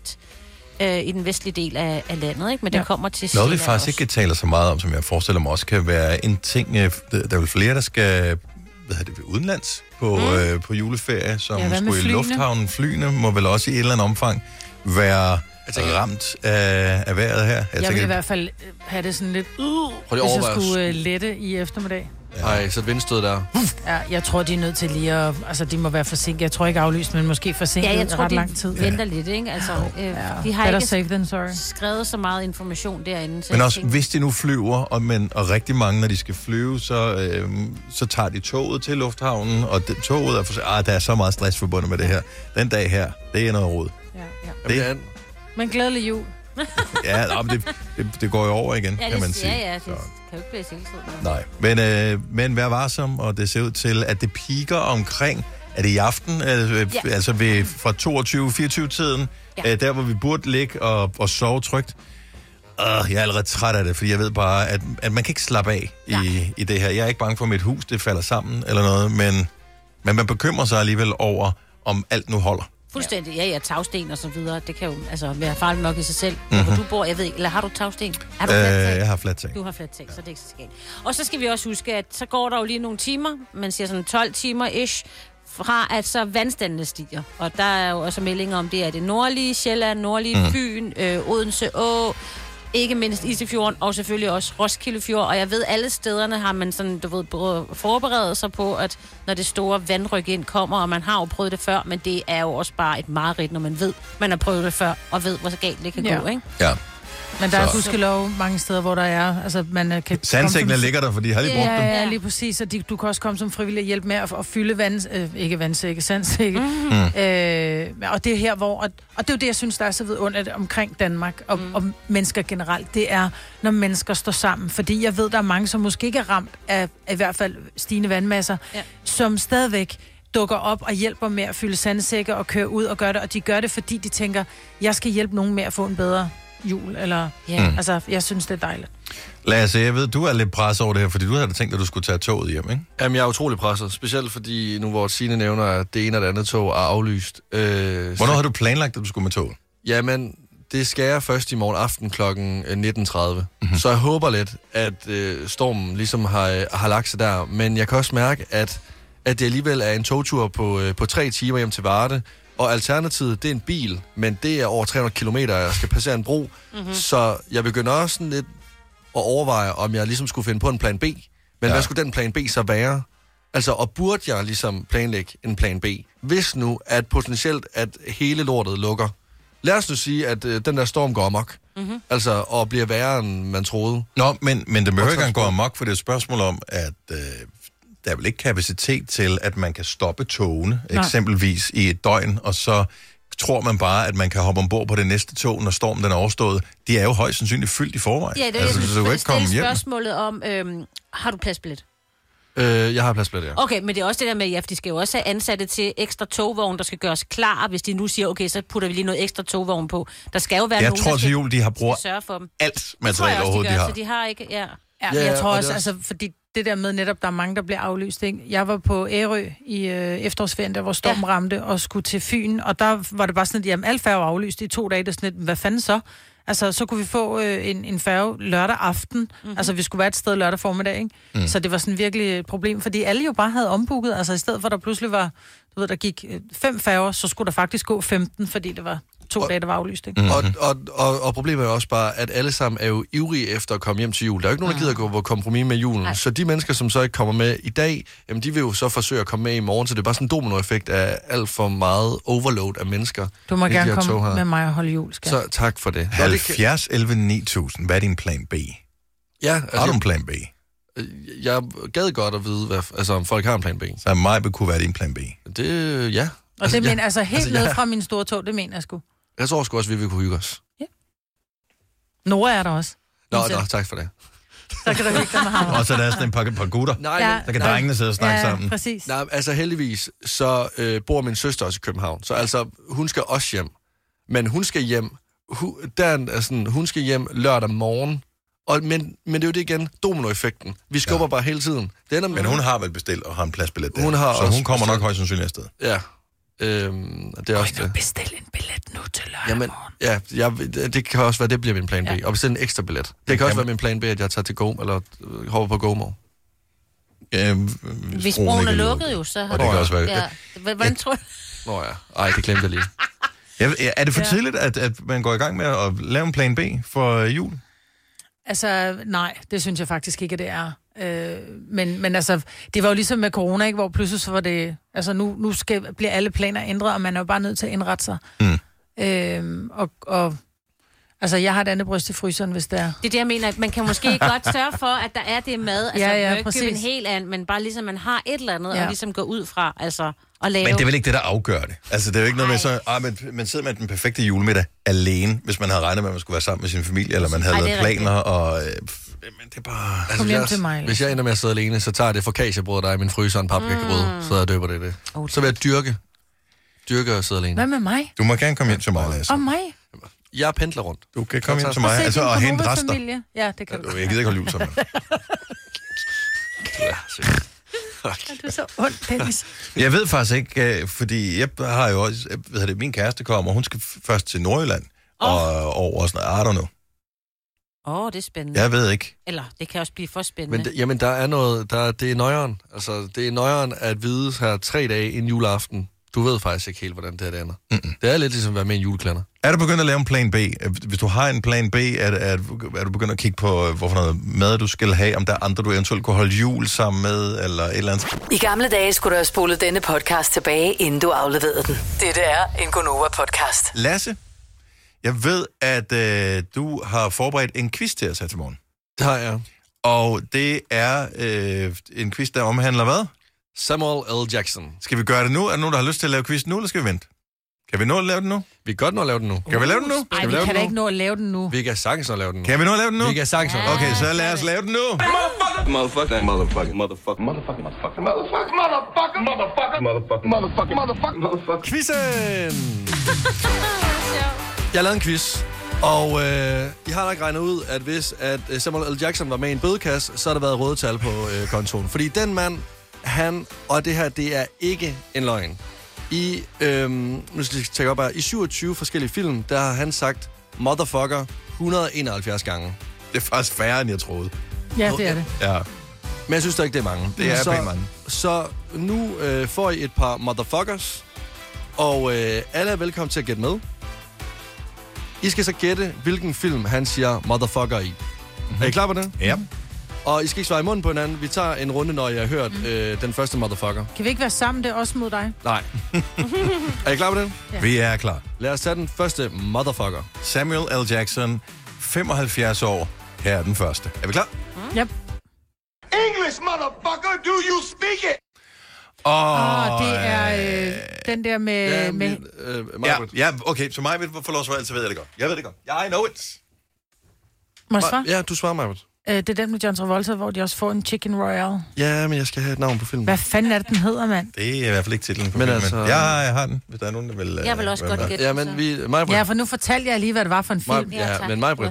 i den vestlige del af landet, ikke? Men det kommer til
noget, vi faktisk ikke taler så meget om, som jeg forestiller mig også kan være en ting. Der er vel flere, der skal udenlands på juleferie, som skulle i lufthavnen. Flyene må vel også i et eller andet omfang være ramt af vejret her.
Jeg vil i hvert fald have det sådan lidt, hvis jeg skulle lette i eftermiddag.
Nej, så et vindstød der.
Ja, jeg tror, de er nødt til lige at... Altså, de må være forsinket. Jeg tror ikke aflyst, men måske forsinket ret lang tid.
Venter lidt, ikke? Altså, de har ikke skrevet så meget information derinde.
Men også, hvis de nu flyver, og rigtig mange, når de skal flyve, så tager de toget til lufthavnen, og toget er for... der er så meget stress forbundet med det her. Den dag her, det er noget rod.
Ja. Men glædelig jul.
Det går jo over igen, kan man sige.
Ja, det kan jo ikke blive hele
tiden. Nej, men vær varsom, og det ser ud til, at det piker omkring, er det i aften, altså fra 22-24-tiden, der hvor vi burde ligge og sove trygt. Jeg er allerede træt af det, fordi jeg ved bare, at man kan ikke slappe af i det her. Jeg er ikke bange for, at mit hus det falder sammen eller noget, men man bekymrer sig alligevel over, om alt nu holder.
Fuldstændig, tagsten og så videre. Det kan jo være farligt nok i sig selv. Hvor du bor, jeg ved ikke, eller har du tagsten? Har du
jeg har fladt tag.
Du har fladt tag, så det er ikke så skægt. Og så skal vi også huske, at så går der jo lige nogle timer, man siger sådan 12 timer-ish, fra at så vandstandene stiger. Og der er jo også meldinger om det, at det nordlige Sjælland, nordlige Fyn, Odense Å, ikke mindst Isefjorden, og selvfølgelig også Roskilde Fjord. Og jeg ved, alle stederne har man sådan, forberedt sig på, at når det store vandryk ind kommer, og man har jo prøvet det før, men det er jo også bare et mareridt, når man ved, man har prøvet det før, og ved, hvor så galt det kan gå, ikke?
Ja.
Men der er gudskelov mange steder, hvor der er... Altså, man kan
sandsækkene ligger der, for de har lige brugt dem.
Ja, lige præcis. Og du kan også komme som frivillig hjælp med at fylde sandsække. Og det er her, hvor... Og det er jo det, jeg synes, der er så vidunderligt omkring Danmark og mennesker generelt. Det er, når mennesker står sammen. Fordi jeg ved, der er mange, som måske ikke er ramt af i hvert fald stigende vandmasser, som stadigvæk dukker op og hjælper med at fylde sandsække og køre ud og gøre det. Og de gør det, fordi de tænker, jeg skal hjælpe nogen med at få en bedre jul. Eller, altså, jeg synes, det er dejligt.
Lasse, jeg ved, du er lidt presset over det her, fordi du havde tænkt, at du skulle tage toget hjem, ikke?
Jamen, jeg er utrolig presset. Specielt fordi, nu hvor Signe nævner, at det ene og det andet tog er aflyst.
Hvornår har du planlagt, at du skulle med toget?
Jamen, det skal jeg først i morgen aften kl. 19.30. Så jeg håber lidt, at stormen ligesom har lagt sig der. Men jeg kan også mærke, at det alligevel er en togtur på 3 timer hjem til Varde. Og alternativet, det er en bil, men det er over 300 kilometer, jeg skal passere en bro. Så jeg begynder også sådan lidt at overveje, om jeg ligesom skulle finde på en plan B. Men hvad skulle den plan B så være? Altså, og burde jeg ligesom planlægge en plan B? Hvis nu, at potentielt, at hele lortet lukker. Lad os nu sige, at den der storm går amok. Altså, og bliver værre, end man troede.
Nå, men det behøver ikke gå amok, for det er et spørgsmål om, at der er vel ikke kapacitet til, at man kan stoppe togene, eksempelvis i et døgn, og så tror man bare, at man kan hoppe ombord på det næste tog, når stormen den er overstået. De er jo højst sandsynligt fyldt i forvejen.
Ja, det er
altså,
jeg
så du kan ikke komme hjem.
Spørgsmålet om, har du pladsbillet?
Jeg har pladsbillet, ja.
Okay, men det er også det der med, ja, for de skal jo også have ansatte til ekstra togvogn, der skal gøres klar, hvis de nu siger, okay, så putter vi lige noget ekstra togvogn på. Der skal jo være nogen,
der til jul, de har brugt
sørge for dem.
alt materiale overhovedet, de har.
Så de har ikke,
Ja, men jeg tror også, altså, fordi det der med netop, der er mange, der bliver aflyst, ikke? Jeg var på Ærø i efterårsferien, der hvor stormen ramte, og skulle til Fyn, og der var det bare sådan, at jamen, alle færger var aflyst i 2 dage, der sådan lidt, hvad fanden så? Altså, så kunne vi få en færge lørdag aften. Altså, vi skulle være et sted lørdag formiddag, ikke? Så det var sådan virkelig et problem, fordi alle jo bare havde ombooket. Altså, i stedet for, der pludselig var, du ved, der gik 5 færger, så skulle der faktisk gå 15, fordi det var 2 dage, der var aflyst, ikke?
Og problemet er også bare, at alle sammen er jo ivrige efter at komme hjem til jul. Der er jo ikke nogen, der gider at gå på kompromis med julen. Nej. Så de mennesker, som så ikke kommer med i dag, jamen, de vil jo så forsøge at komme med i morgen, så det er bare sådan en dominoeffekt af alt for meget overload af mennesker.
Du må gerne komme med mig og holde jul, skal.
Så tak for det.
70 11 9000. Hvad er din plan B?
Ja, altså,
har du en plan B?
Jeg gad godt at vide, om folk har en plan B.
Så mig kunne være din plan B.
Det, ja.
Og det mener altså helt ned fra min store tog, det mener jeg sgu.
Jeg tror sgu også, vi vil kunne hygge os.
Ja. Nora er der også.
Nå, tak for det.
Så kan du hygge dig med ham.
Og så er der sådan en par gutter.
Nej,
der kan drengene sidde og snakke sammen.
Præcis.
Nej, altså heldigvis, så bor min søster også i København. Så altså, hun skal også hjem. Men hun skal hjem, hun skal hjem lørdag morgen. Men det er jo det igen, dominoeffekten. Vi skubber bare hele tiden.
Men hun har vel bestilt og har en pladsbillet der.
Så
hun kommer nok højst sandsynligt afsted.
Ja. Det er også det.
Bestil en billet nu til lørdag
morgen. Ja, det kan også være, det bliver min plan B. Og bestil en ekstra billet. Det kan også være min plan B, at jeg tager til Go, eller hopper på GoMore.
Hvis broen er lukket jo, så har
det kan også være.
Ja. Hvordan tror du?
Nå ja, ej, det glemte jeg lige.
Er det for tidligt, at man går i gang med at lave en plan B for jul?
Altså, nej, det synes jeg faktisk ikke, at det er. Men altså, det var jo ligesom med corona, ikke? Hvor pludselig så var det... Altså, nu bliver alle planer ændret, og man er jo bare nødt til at indrette sig. Altså, jeg har et andet bryst i fryseren, hvis det er.
Det er det, jeg mener. Man kan måske godt sørge for, at der er det mad. Altså, præcis. En helt anden, men bare ligesom man har et eller andet, og ligesom gå ud fra, altså, og lave...
Men det er vel ikke det, der afgør det? Altså, det er jo ikke noget med så... man sidder med den perfekte julemiddag alene, hvis man havde regnet med, at man skulle være sammen med sin familie, eller man havde lavet planer, og... men det er bare...
Altså, kom hjem til mig.
Hvis jeg ender med at sidde alene, så tager det focaccia-brød, der er i min fryser, en paprikabrød, så jeg døber det. Så vil jeg dyrke og sidde alene.
Hvad med mig?
Du må gerne komme hjem til mig, Lasse.
Og mig?
Jeg pendler rundt.
Du kan komme hjem til mig og hente rester.
Ja, det kan du.
Jeg gider ikke holde jul sammen.
Du er så ondt, Dennis.
Jeg ved faktisk ikke, fordi jeg har jo også... min kæreste kommer, og hun skal først til Nordjylland. Og over sådan noget. I don't know.
Det er spændende.
Jeg ved ikke.
Eller, det kan også blive for spændende.
Men der er noget... det er nøjeren. Altså, det er nøjeren at vide her 3 dage inden juleaften. Du ved faktisk ikke helt, hvordan det ender. Det er lidt ligesom at være med i en juleklænder.
Er du begyndt at lave en plan B? Hvis du har en plan B, er du begyndt at kigge på, hvorfor noget mad du skal have, om der er andre, du eventuelt kunne holde jul sammen med, eller et eller andet?
I gamle dage skulle du have spolet denne podcast tilbage, inden du afleverede den. Dette er en Gonova-podcast.
Lasse, jeg ved, at du har forberedt en quiz til os her til morgen.
Det har jeg.
Og det er en quiz, der omhandler hvad?
Samuel L. Jackson.
Skal vi gøre det nu? Er der nogen, der har lyst til at lave quiz nu, eller skal vi vente? Kan vi nå at lave den nu?
Vi kan godt nå at lave den nu.
Kan vi lave den nu?
Nej, vi kan da ikke nå at lave den nu.
Vi kan sagtens at lave den nu.
Kan vi nå at lave den nu?
Vi kan sagtens at lave den nu.
Okay, så lad os lave den nu.
Quizzen! Jeg har lavet en quiz. Og I har nok regnet ud, at hvis at Samuel L. Jackson var med i en bødekasse, så har der været røde tal på kontoen. Fordi den mand, og det her, det er ikke en løgn. Nu skal jeg tjekke op her. I 27 forskellige film, der har han sagt motherfucker 171 gange.
Det er faktisk færre, end jeg troede.
Ja, det er det.
Ja.
Men jeg synes da ikke, det er mange.
Det er pænt mange.
Så nu får I et par motherfuckers, og alle er velkommen til at gætte med. I skal så gætte, hvilken film han siger motherfucker i. Mm-hmm. Er I klar på det?
Ja.
Og I skal ikke svare i munden på hinanden. Vi tager en runde, når jeg har hørt den første motherfucker.
Kan vi ikke være sammen? Det er også mod dig.
Nej. Er I klar på det?
Ja. Vi er klar.
Lad os tage den første motherfucker.
Samuel L. Jackson, 75 år. Her er den første. Er vi klar?
Yep.
English, motherfucker, do you speak it?
Det er den der med...
Ja, okay, så mig får lov at svare, så ved jeg det godt. Jeg ved det godt. I know it.
Må jeg svare?
Ja, du svarer mig.
Det er den med John Travolta, hvor de også får en Chicken Royale.
Ja, men jeg skal have et navn på filmen.
Hvad fanden er det, den hedder, mand?
Det er i hvert fald ikke titlen på filmen. Altså... Jeg har den, hvis der er nogen, der vil...
Jeg vil også godt gætte.
Ja, men
ja, for nu fortalte jeg lige, hvad det var for en film.
Ja, men mig,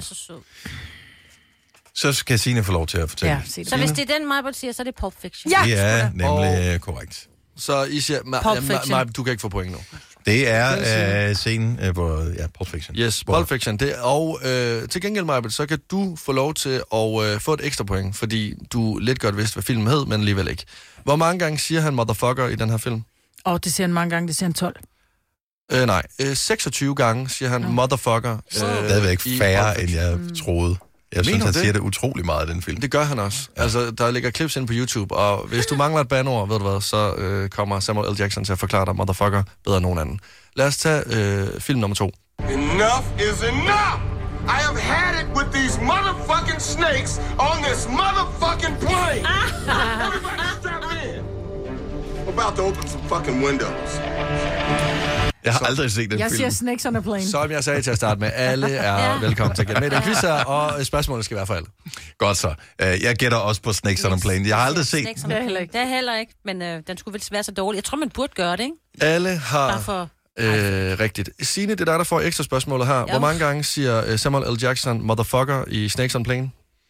så skal Signe få lov til at fortælle.
Ja, så hvis det er den, Majbert siger, så er det Pulp Fiction.
Ja, det er nemlig korrekt.
Så I siger, du kan ikke få point nu.
Det er scenen på Pulp Fiction.
Yes, Pulp Fiction. Og til gengæld, Majbert, så kan du få lov til at få et ekstra point, fordi du lidt godt vidste, hvad filmen hed, men alligevel ikke. Hvor mange gange siger han motherfucker i den her film?
Det siger han mange gange, det siger han 12.
Nej, 26 gange siger han motherfucker.
Stadigvæk færre, end jeg troede. Jeg synes, han siger det utrolig meget i den film.
Det gør han også. Ja. Altså, der ligger clips inde på YouTube, og hvis du mangler et bandord, ved du hvad, så kommer Samuel L. Jackson til at forklare dig motherfucker bedre end nogen anden. Lad os tage film nummer 2.
Enough is enough! I have had it with these motherfucking snakes on this motherfucking plane! Everybody strap in! I'm about to open some fucking windows.
Jeg har aldrig set den film.
Jeg siger Snakes on a Plane.
Som jeg sagde til at starte med, alle er velkommen til at gætte med. Den quiz her, og spørgsmålet skal være for alle.
Godt så. Jeg gætter også på Snakes on a Plane. Jeg har aldrig set den.
Det er heller ikke, men den skulle vel være så dårlig. Jeg tror, man burde gøre det, ikke?
Alle har rigtigt. Signe, det er dig, der får ekstra spørgsmålet her. Hvor mange gange siger Samuel L. Jackson motherfucker i Snakes on a Plane?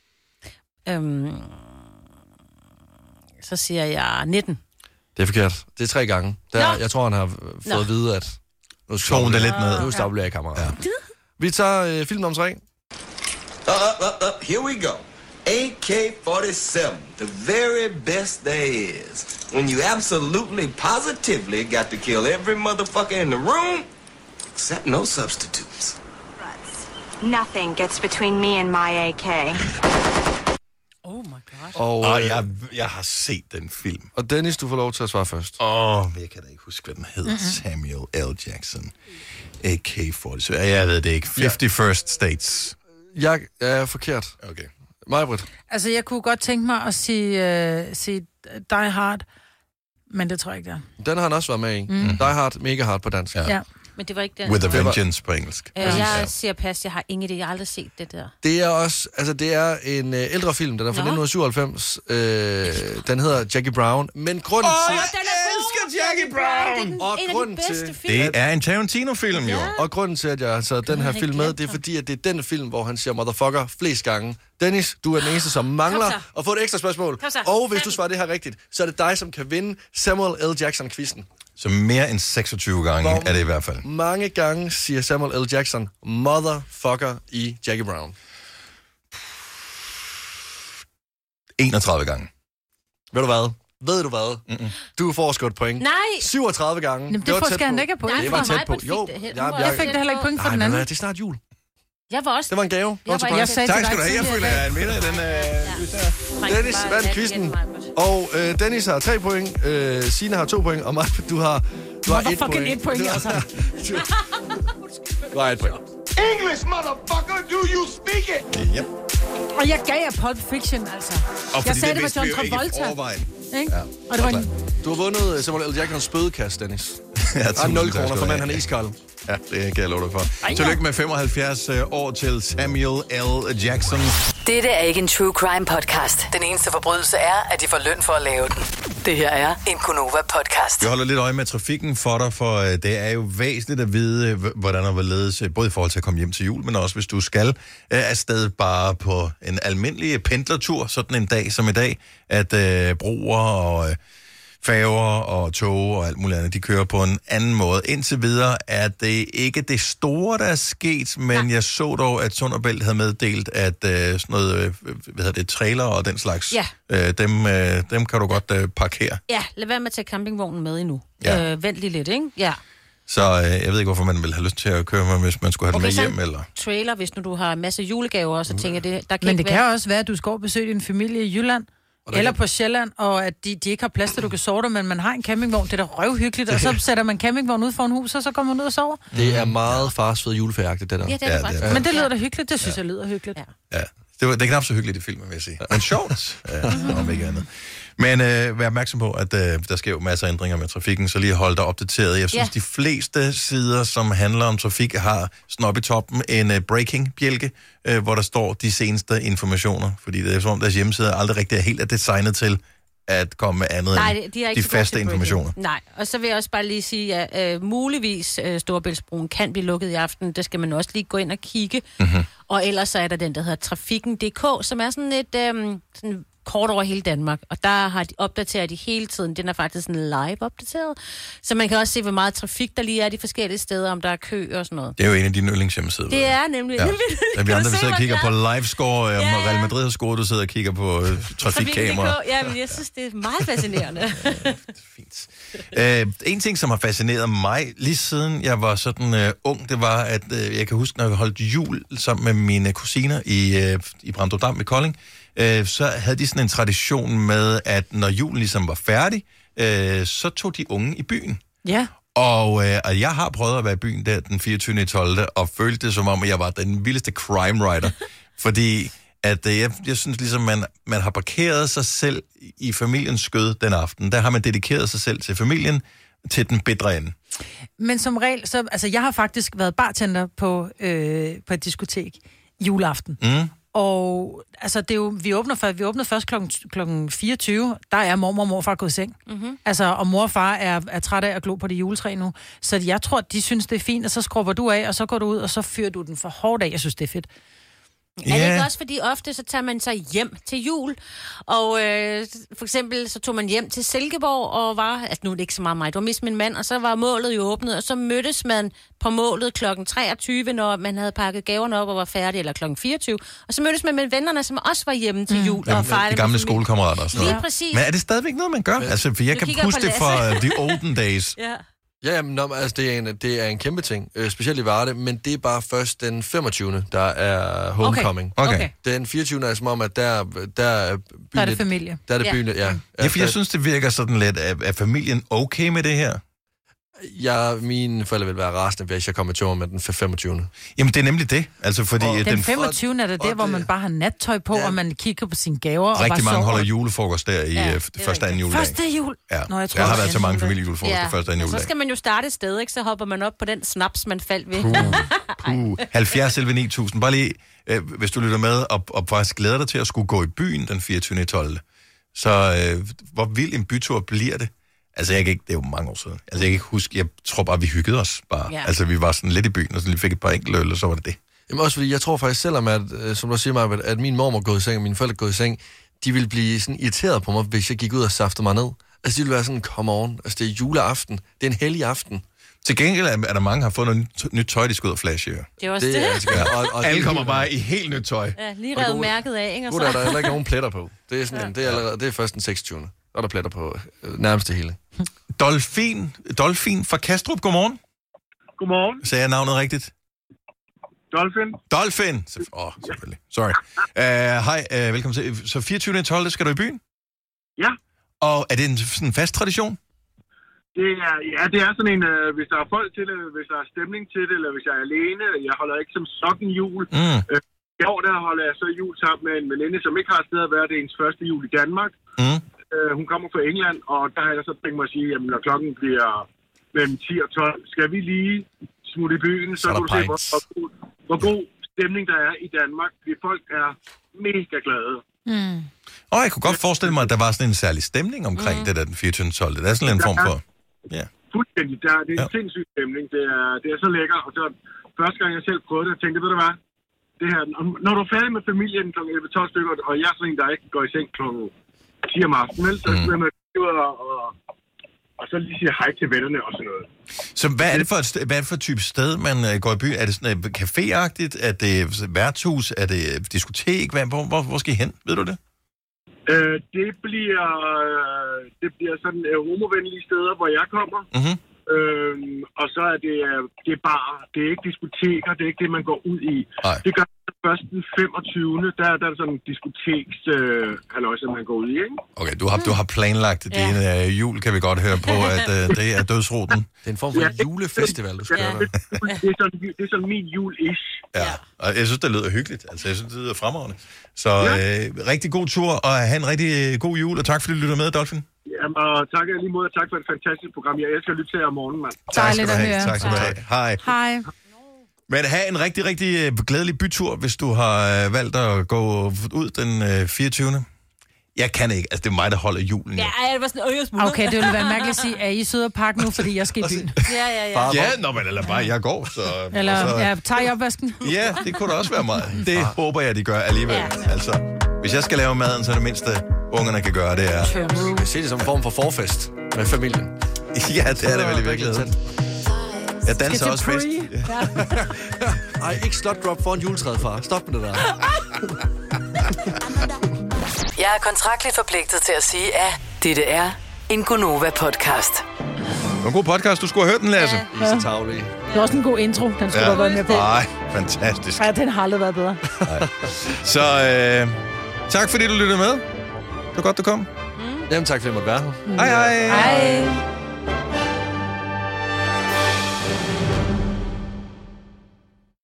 Så siger jeg 19.
Det er forkert. Det er 3 gange. Jeg tror, han har fået at vide, at nu
tog det lidt ned.
Nu stopper jeg, kammerat. Ja. Vi tager film nummer 3.
Here we go. AK-47, the very best there is. When you absolutely, positively got to kill every motherfucker in the room, except no substitutes.
Nothing gets between me and my AK.
Oh my god.
Og jeg har set den film.
Og Dennis, du får lov til at svare først.
Jeg kan da ikke huske, hvad den hedder. Samuel L. Jackson. AK-47. Jeg ved det ikke. 51st States.
Jeg er forkert.
Okay.
Majbrit.
Altså, jeg kunne godt tænke mig at sige Die Hard, men det tror jeg ikke, det er.
Den har han også været med i. Die Hard, mega hard på dansk.
Ja.
Men det var ikke den.
With a Vengeance på engelsk.
Jeg siger pas, jeg har ingen idé. Jeg har aldrig set det der.
Det er også, altså det er en ældre film, den er fra 1997. Den hedder Jackie Brown. Men grunden til...
Jeg elsker Jackie Brown!
Og grunden til...
Det er en Tarantino-film, jo.
Og grunden til, at jeg har taget den her film med, det er fordi, at det er den film, hvor han siger motherfucker flest gange. Dennis, du er den eneste, som mangler at få et ekstra spørgsmål. Og hvis du svarer det her rigtigt, så er det dig, som kan vinde Samuel L. Jackson-quizzen.
Så mere end 26 gange er det i hvert fald.
Mange gange siger Samuel L. Jackson motherfucker i Jackie Brown.
31 gange.
Ved du hvad? Du får sgu et point.
Nej!
37 gange.
Jamen, det skal han ikke have point.
Det var tæt på. Jo,
jeg fik det heller ikke point for den anden.
Det er snart jul.
Jeg var også...
Det var en gave.
Jeg sagde
tak skal du have. Jeg føler, at jeg er en vinder i den...
Dennis vandt quizzen. Og Dennis har 3 point. Signe har 2 point. Og Maja, du har 1 point.
1 point, altså.
Du har 1 point.
English, motherfucker, do you speak it?
Yep.
Og jeg gav jer Pulp Fiction, altså.
Jeg sagde, det var John Travolta.
Ikke? Og det var en...
Du har vundet Samuel L. Jacksons bødekasse, Dennis.
Ja,
0 kroner for manden, han er iskold.
Ja, det kan jeg love dig for. Tillykke med 75 år til Samuel L. Jackson.
Dette er ikke en true crime podcast. Den eneste forbrydelse er, at de får løn for at lave den. Det her er en Gonova podcast.
Jeg holder lidt øje med trafikken for dig, for det er jo væsentligt at vide, hvordan der vil ledes, både i forhold til at komme hjem til jul, men også hvis du skal afsted bare på en almindelig pendlertur, sådan en dag som i dag, at broer og færger og tog og alt muligt andet, de kører på en anden måde. Indtil videre er det ikke det store, der er sket, men jeg så dog, at Sund & Bælt havde meddelt, at sådan noget, trailer og den slags, dem kan du godt parkere.
Ja, lad være med at tage campingvognen med endnu. Vent lige lidt, ikke? Ja.
Så jeg ved ikke, hvorfor man vil have lyst til at køre med, hvis man skulle have den med hjem, eller...
Trailer, hvis nu du har en masse julegaver, så tænker det, der kan
men det kan også være, at du skal over besøge din familie i Jylland, eller på Sjælland, og at de ikke har plads til, du kan sove der, men man har en campingvogn, det er da røvhyggeligt, og så sætter man campingvogn ud foran hus, og så kommer man ud og sover.
Det er meget farsfed juleferieagtigt, det der.
Ja, det er det faktisk.
Men det lyder da hyggeligt, det synes jeg lyder hyggeligt.
Ja, det er knap så hyggeligt i filmen, vil jeg sige. Men sjovt, om ikke andet. Men vær opmærksom på, at der sker jo masser af ændringer med trafikken, så lige hold dig opdateret. Jeg synes, de fleste sider, som handler om trafik, har sådan op i toppen en breaking-bjælke, hvor der står de seneste informationer. Fordi det er som om, deres hjemmeside aldrig rigtig er helt designet til at komme med andet end de faste informationer.
Nej, og så vil jeg også bare lige sige, at muligvis Storebæltsbroen kan blive lukket i aften. Det skal man også lige gå ind og kigge. Mm-hmm. Og ellers så er der den, der hedder Trafikken.dk, som er sådan et... sådan kort over hele Danmark, og der har de opdateret de hele tiden. Den er faktisk sådan live opdateret, så man kan også se, hvor meget trafik der lige er de forskellige steder, om der er kø og sådan noget.
Det er jo en af dine yndlingshjemmesider.
Det er nemlig.
Ja. Vi andre, vi sidder og kigger på livescore, Real Madrid har scoret, du sidder og kigger på trafikkamera.
Ja, men jeg synes, det er meget fascinerende.
Fint. En ting, som har fascineret mig, lige siden jeg var sådan ung, det var, at jeg kan huske, når jeg holdt jul sammen med mine kusiner i Bramdrup-Dam ved Kolding, så havde de sådan en tradition med, at når julen ligesom var færdig, så tog de unge i byen.
Ja.
Og jeg har prøvet at være i byen der den 24.12. og følte det som om, at jeg var den vildeste crime writer. Fordi at jeg synes ligesom, man har parkeret sig selv i familiens skød den aften. Der har man dedikeret sig selv til familien, til den bedre ende.
Men som regel, så, altså jeg har faktisk været bartender på et diskotek juleaften. Mm. Og altså, det er jo, vi åbner først klokken 24. Der er mormor og morfar gået i seng. Mm-hmm. Altså, og mor og far er træt af at glo på det juletræ nu. Så jeg tror, de synes, det er fint, og så skrubber du af, og så går du ud, og så fyrer du den for hårdt af. Jeg synes, det er fedt.
Er det ikke også, fordi ofte så tager man sig hjem til jul, og for eksempel så tog man hjem til Silkeborg, og var, altså nu er det ikke så meget mig, det var mest min mand, og så var målet jo åbnet, og så mødtes man på målet klokken 23, når man havde pakket gaverne op og var færdig, eller klokken 24, og så mødtes man med vennerne, som også var hjemme til jul og fejrede.
De gamle skolekammerater og sådan noget.
Lige præcis.
Men er det stadigvæk noget, man gør? Altså, for jeg kan huske det fra the olden days.
Ja.
Ja, men altså, det er en kæmpe ting, specielt i Varde, men det er bare først den 25. der er homecoming.
Okay.
Den 24. er som om, at der er byen...
Der er det familie.
Der er det byen, ja.
Ja, for jeg synes, det virker sådan lidt, er familien okay med det her?
Mine forældre vil være rasende, hvis jeg kommer til med den 25.
Jamen, det er nemlig det. Altså, fordi
den 25. er det der, hvor man bare har nattøj på, og man kigger på sine gaver.
Rigtig
og bare
mange
sover.
holder julefrokost der i første anden juledag.
Første jul?
Ja.
Nå, jeg
har været så mange familiejulefrokoster første anden juledag.
Så skal man jo starte et sted, ikke? Så hopper man op på den snaps, man faldt ved.
70 11 9000. Bare lige, hvis du lytter med, og faktisk glæder dig til at skulle gå i byen den 24.12. Så hvor vild en bytur bliver det? Altså, det er jo mange år siden. Altså, jeg kan ikke huske, jeg tror bare, vi hyggede os bare. Ja. Altså, vi var sådan lidt i byen, og så lige fik et par enkelte øl, og så var det det.
Jamen også fordi, jeg tror faktisk, selvom at, som du siger mig, at min mormor gået i seng, og mine forældre gået i seng, de ville blive sådan irriteret på mig, hvis jeg gik ud og saftede mig ned. Altså, de ville være sådan, come on. Altså, det er juleaften. Det er en hellig aften.
Til gengæld er der mange, der har fået noget nyt tøj, de skal ud og flashe.
Det er også det.
Og alle kommer bare i helt nyt tøj.
Ja, lige revet mærket af, ikke?
Nu er der heller ikke nogen pletter på. Det er, sådan, det er først den 26. Og der pletter på nærmest det hele.
Dolphin fra Kastrup, godmorgen.
Godmorgen.
Sagde jeg navnet rigtigt? Dolphin. Selvfølgelig. Sorry. Hej, velkommen til. Så 24.12. skal du i byen?
Ja.
Og er det en fast tradition?
Det er sådan en, hvis der er folk til det, hvis der er stemning til det, eller hvis jeg er alene. Jeg holder ikke som sådan jul. I år der holder jeg så jul sammen med en veninde, som ikke har et sted at være. Det er ens første jul i Danmark. Hun kommer fra England, og der har jeg så tænkt mig at sige, jamen når klokken bliver mellem 10 og 12, skal vi lige smutte i byen, så kan du se, hvor god stemning, der er i Danmark, fordi folk er mega glade.
Mm. Og jeg kunne godt forestille mig, at der var sådan en særlig stemning omkring det der den 24.12. Der er sådan en form for... Ja.
Fuldstændig. Det er en sindssyg stemning. Det er så lækker. Og så første gang, jeg selv prøvede det, jeg tænkte, ved du hvad? Det her, når du er færdig med familien kl. 11-12 stykker, og jeg er sådan en, der ikke går i seng kl. 10 om aftenen, vel? Så skal man og så lige sige hej til vennerne og sådan noget.
Så hvad er det for et type sted, man går i byen? Er det sådan caféagtigt? Er det værtshus? Er det diskotek? Hvor skal I hen? Ved du det?
Det bliver sådan homovenlige steder, hvor jeg kommer. Mm-hmm. Og så er det bar. Det er ikke diskoteker. Det er ikke det, man går ud i. Nej. Det gør først den 25. Der er sådan en diskoteks halløj, som man går ud i, ikke?
Okay, du har planlagt din jul, kan vi godt høre på, at det er dødsruten.
Det er en form for julefestival, du skal gøre.
Det er sådan min jul-ish.
Ja, og jeg synes, det lyder hyggeligt. Altså, jeg synes, det lyder fremragende. Så rigtig god tur, og have en rigtig god jul, og tak fordi du lytter med, Dolphin.
Jamen, og tak lige måde, og tak for et fantastisk program. Jeg elsker at lytte til jer om morgenen, mand.
Tak skal du have. Tak skal du have. Hej.
Hej.
Men have en rigtig, rigtig glædelig bytur, hvis du har valgt at gå ud den 24. Jeg kan ikke. Altså, det er mig, der holder julen.
Ja, jeg var sådan,
okay, det ville være mærkeligt at sige, er I søde og pakke nu, fordi jeg skal i byen?
Ja.
Ja, men eller bare, jeg går. Så,
eller, tager I opvasken?
Ja, det kunne da også være meget. Det håber jeg, de gør alligevel. Ja. Altså, hvis jeg skal lave maden, så er det mindste, ungerne kan gøre, det er...
Jeg ser det som en form for forfest med familien.
Ja, det er det vel i virkeligheden. Jeg danser også bedst.
Ej, ikke slot drop foran juletræet, far. Stop med det der.
Jeg er kontraktligt forpligtet til at sige, at dette er en Gonova-podcast.
Det var en god podcast. Du skulle have hørt den, Lasse.
Ja. Det
var også en god intro. Den skulle have været med på.
Nej, fantastisk.
Ja, den har aldrig været bedre.
Så tak fordi du lyttede med. Det var godt, du kom.
Jamen tak fordi jeg måtte være her.
Hej.
Hej.